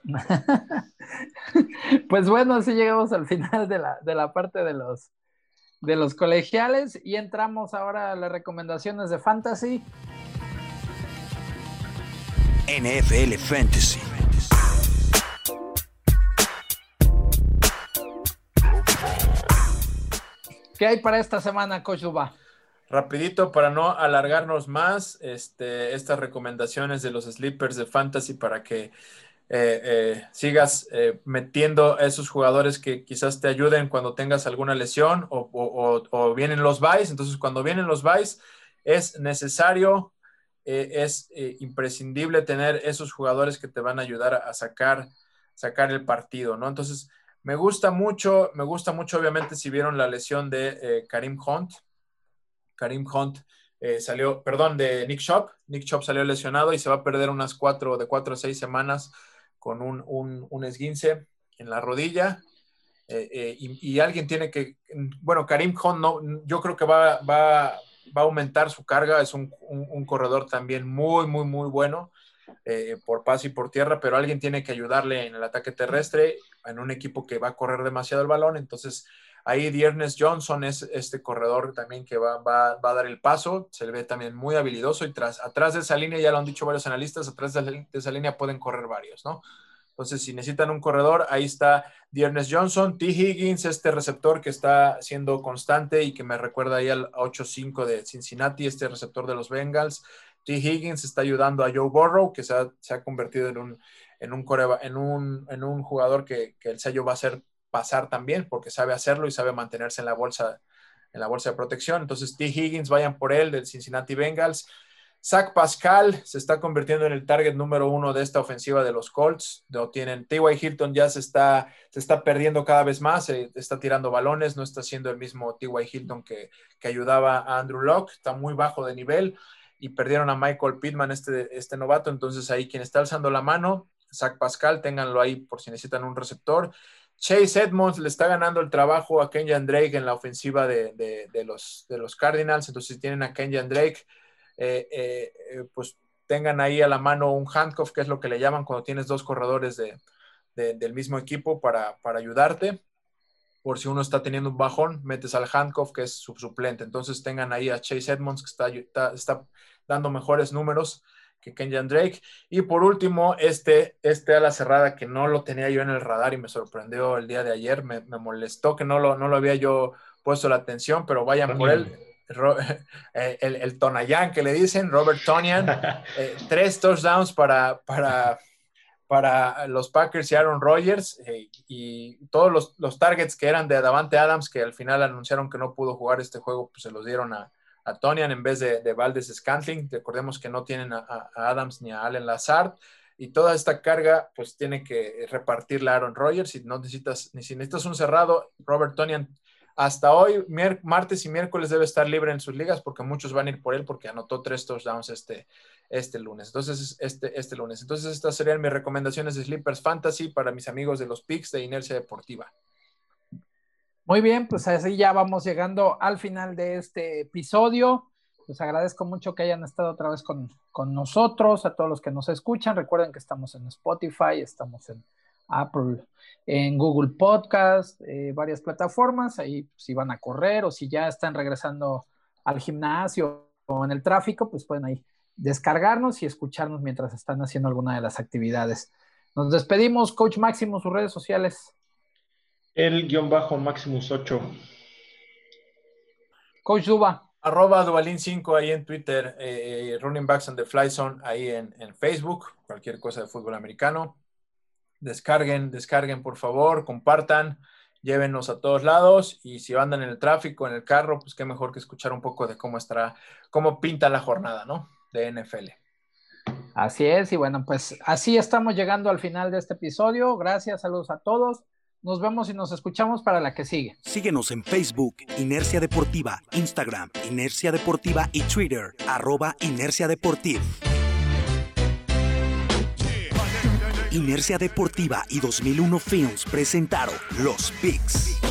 Pues bueno, así llegamos al final de la, de la parte de los, de los colegiales y entramos ahora a las recomendaciones de Fantasy. N F L Fantasy. ¿Qué hay para esta semana, Coach Duba? Rapidito, para no alargarnos más, este, estas recomendaciones de los sleepers de Fantasy para que eh, eh, sigas eh, metiendo a esos jugadores que quizás te ayuden cuando tengas alguna lesión o, o, o, o vienen los buys. Entonces, cuando vienen los buys, es necesario, eh, es eh, imprescindible tener esos jugadores que te van a ayudar a sacar, sacar el partido, ¿no? Entonces, me gusta mucho, me gusta mucho, obviamente, si vieron la lesión de eh, Kareem Hunt. Kareem Hunt eh, salió, perdón, de Nick Chubb. Nick Chubb salió lesionado y se va a perder unas cuatro, de cuatro a seis semanas con un, un, un esguince en la rodilla. Eh, eh, y, y alguien tiene que, bueno, Kareem Hunt no, yo creo que va, va, va a aumentar su carga. Es un, un, un corredor también muy, muy, muy bueno eh, por pase y por tierra, pero alguien tiene que ayudarle en el ataque terrestre en un equipo que va a correr demasiado el balón. Entonces, ahí D'Ernest Johnson es este corredor también que va, va, va a dar el paso. Se le ve también muy habilidoso y tras, atrás de esa línea, ya lo han dicho varios analistas, atrás de, de esa línea pueden correr varios, ¿no? Entonces, si necesitan un corredor, ahí está D'Ernest Johnson. T. Higgins, este receptor que está siendo constante y que me recuerda ahí al ocho cinco de Cincinnati, este receptor de los Bengals. T. Higgins está ayudando a Joe Burrow, que se ha, se ha convertido en un, en un, coreba, en un, en un jugador que, que el sello va a hacer pasar también, porque sabe hacerlo y sabe mantenerse en la bolsa, en la bolsa de protección. Entonces, T. Higgins, vayan por él, del Cincinnati Bengals. Zach Pascal se está convirtiendo en el target número uno de esta ofensiva de los Colts. No tienen, T Y. Hilton ya se está, se está perdiendo cada vez más, se está tirando balones, no está siendo el mismo T Y. Hilton que, que ayudaba a Andrew Luck, está muy bajo de nivel y perdieron a Michael Pittman, este, este novato. Entonces ahí quien está alzando la mano, Zach Pascal, ténganlo ahí por si necesitan un receptor. Chase Edmonds le está ganando el trabajo a Kenyan Drake en la ofensiva de, de, de, los, de los Cardinals. Entonces si tienen a Kenyan Drake, Eh, eh, eh, pues tengan ahí a la mano un handcuff, que es lo que le llaman cuando tienes dos corredores de, de, del mismo equipo para, para ayudarte. Por si uno está teniendo un bajón, metes al handcuff, que es su suplente. Entonces tengan ahí a Chase Edmonds, que está, está, está dando mejores números que Kenyan Drake. Y por último, este, este ala cerrada que no lo tenía yo en el radar y me sorprendió el día de ayer, me, me molestó que no lo, no lo había yo puesto la atención, pero vayan Tonian. por él. Ro, eh, el, el Tonayán que le dicen, Robert Tonyan, eh, tres touchdowns para, para, para los Packers y Aaron Rodgers, eh, y todos los, los targets que eran de Davante Adams, que al final anunciaron que no pudo jugar este juego, pues se los dieron a a Tonyan en vez de, de Valdes-Scantling. Recordemos que no tienen a, a Adams ni a Allen Lazard, y toda esta carga pues tiene que repartirla a Aaron Rodgers. Y no necesitas, ni si necesitas un cerrado, Robert Tonyan hasta hoy, mier- martes y miércoles debe estar libre en sus ligas, porque muchos van a ir por él porque anotó tres touchdowns este, este lunes. Entonces, este, este lunes. Entonces, estas serían mis recomendaciones de Sleepers Fantasy para mis amigos de los picks de Inercia Deportiva. Muy bien, pues así ya vamos llegando al final de este episodio. Pues agradezco mucho que hayan estado otra vez con, con nosotros, a todos los que nos escuchan. Recuerden que estamos en Spotify, estamos en Apple, en Google Podcast, eh, varias plataformas. Ahí si van a correr o si ya están regresando al gimnasio o en el tráfico, pues pueden ahí descargarnos y escucharnos mientras están haciendo alguna de las actividades. Nos despedimos. Coach Máximo, sus redes sociales. El guión bajo Maximus ocho. Coach Duba. Arroba Duvalín cinco ahí en Twitter, eh, Running Backs on the Fly Zone ahí en, en Facebook, cualquier cosa de fútbol americano. Descarguen, descarguen por favor, compartan, llévenos a todos lados, y si andan en el tráfico, en el carro, pues qué mejor que escuchar un poco de cómo estará, cómo pinta la jornada, ¿no? De N F L. Así es, y bueno, pues así estamos llegando al final de este episodio. Gracias, saludos a todos. Nos vemos y nos escuchamos para la que sigue. Síguenos en Facebook, Inercia Deportiva, Instagram, Inercia Deportiva y Twitter, arroba Inercia Deportiva. Inercia Deportiva y dos mil uno Films presentaron Los Picks.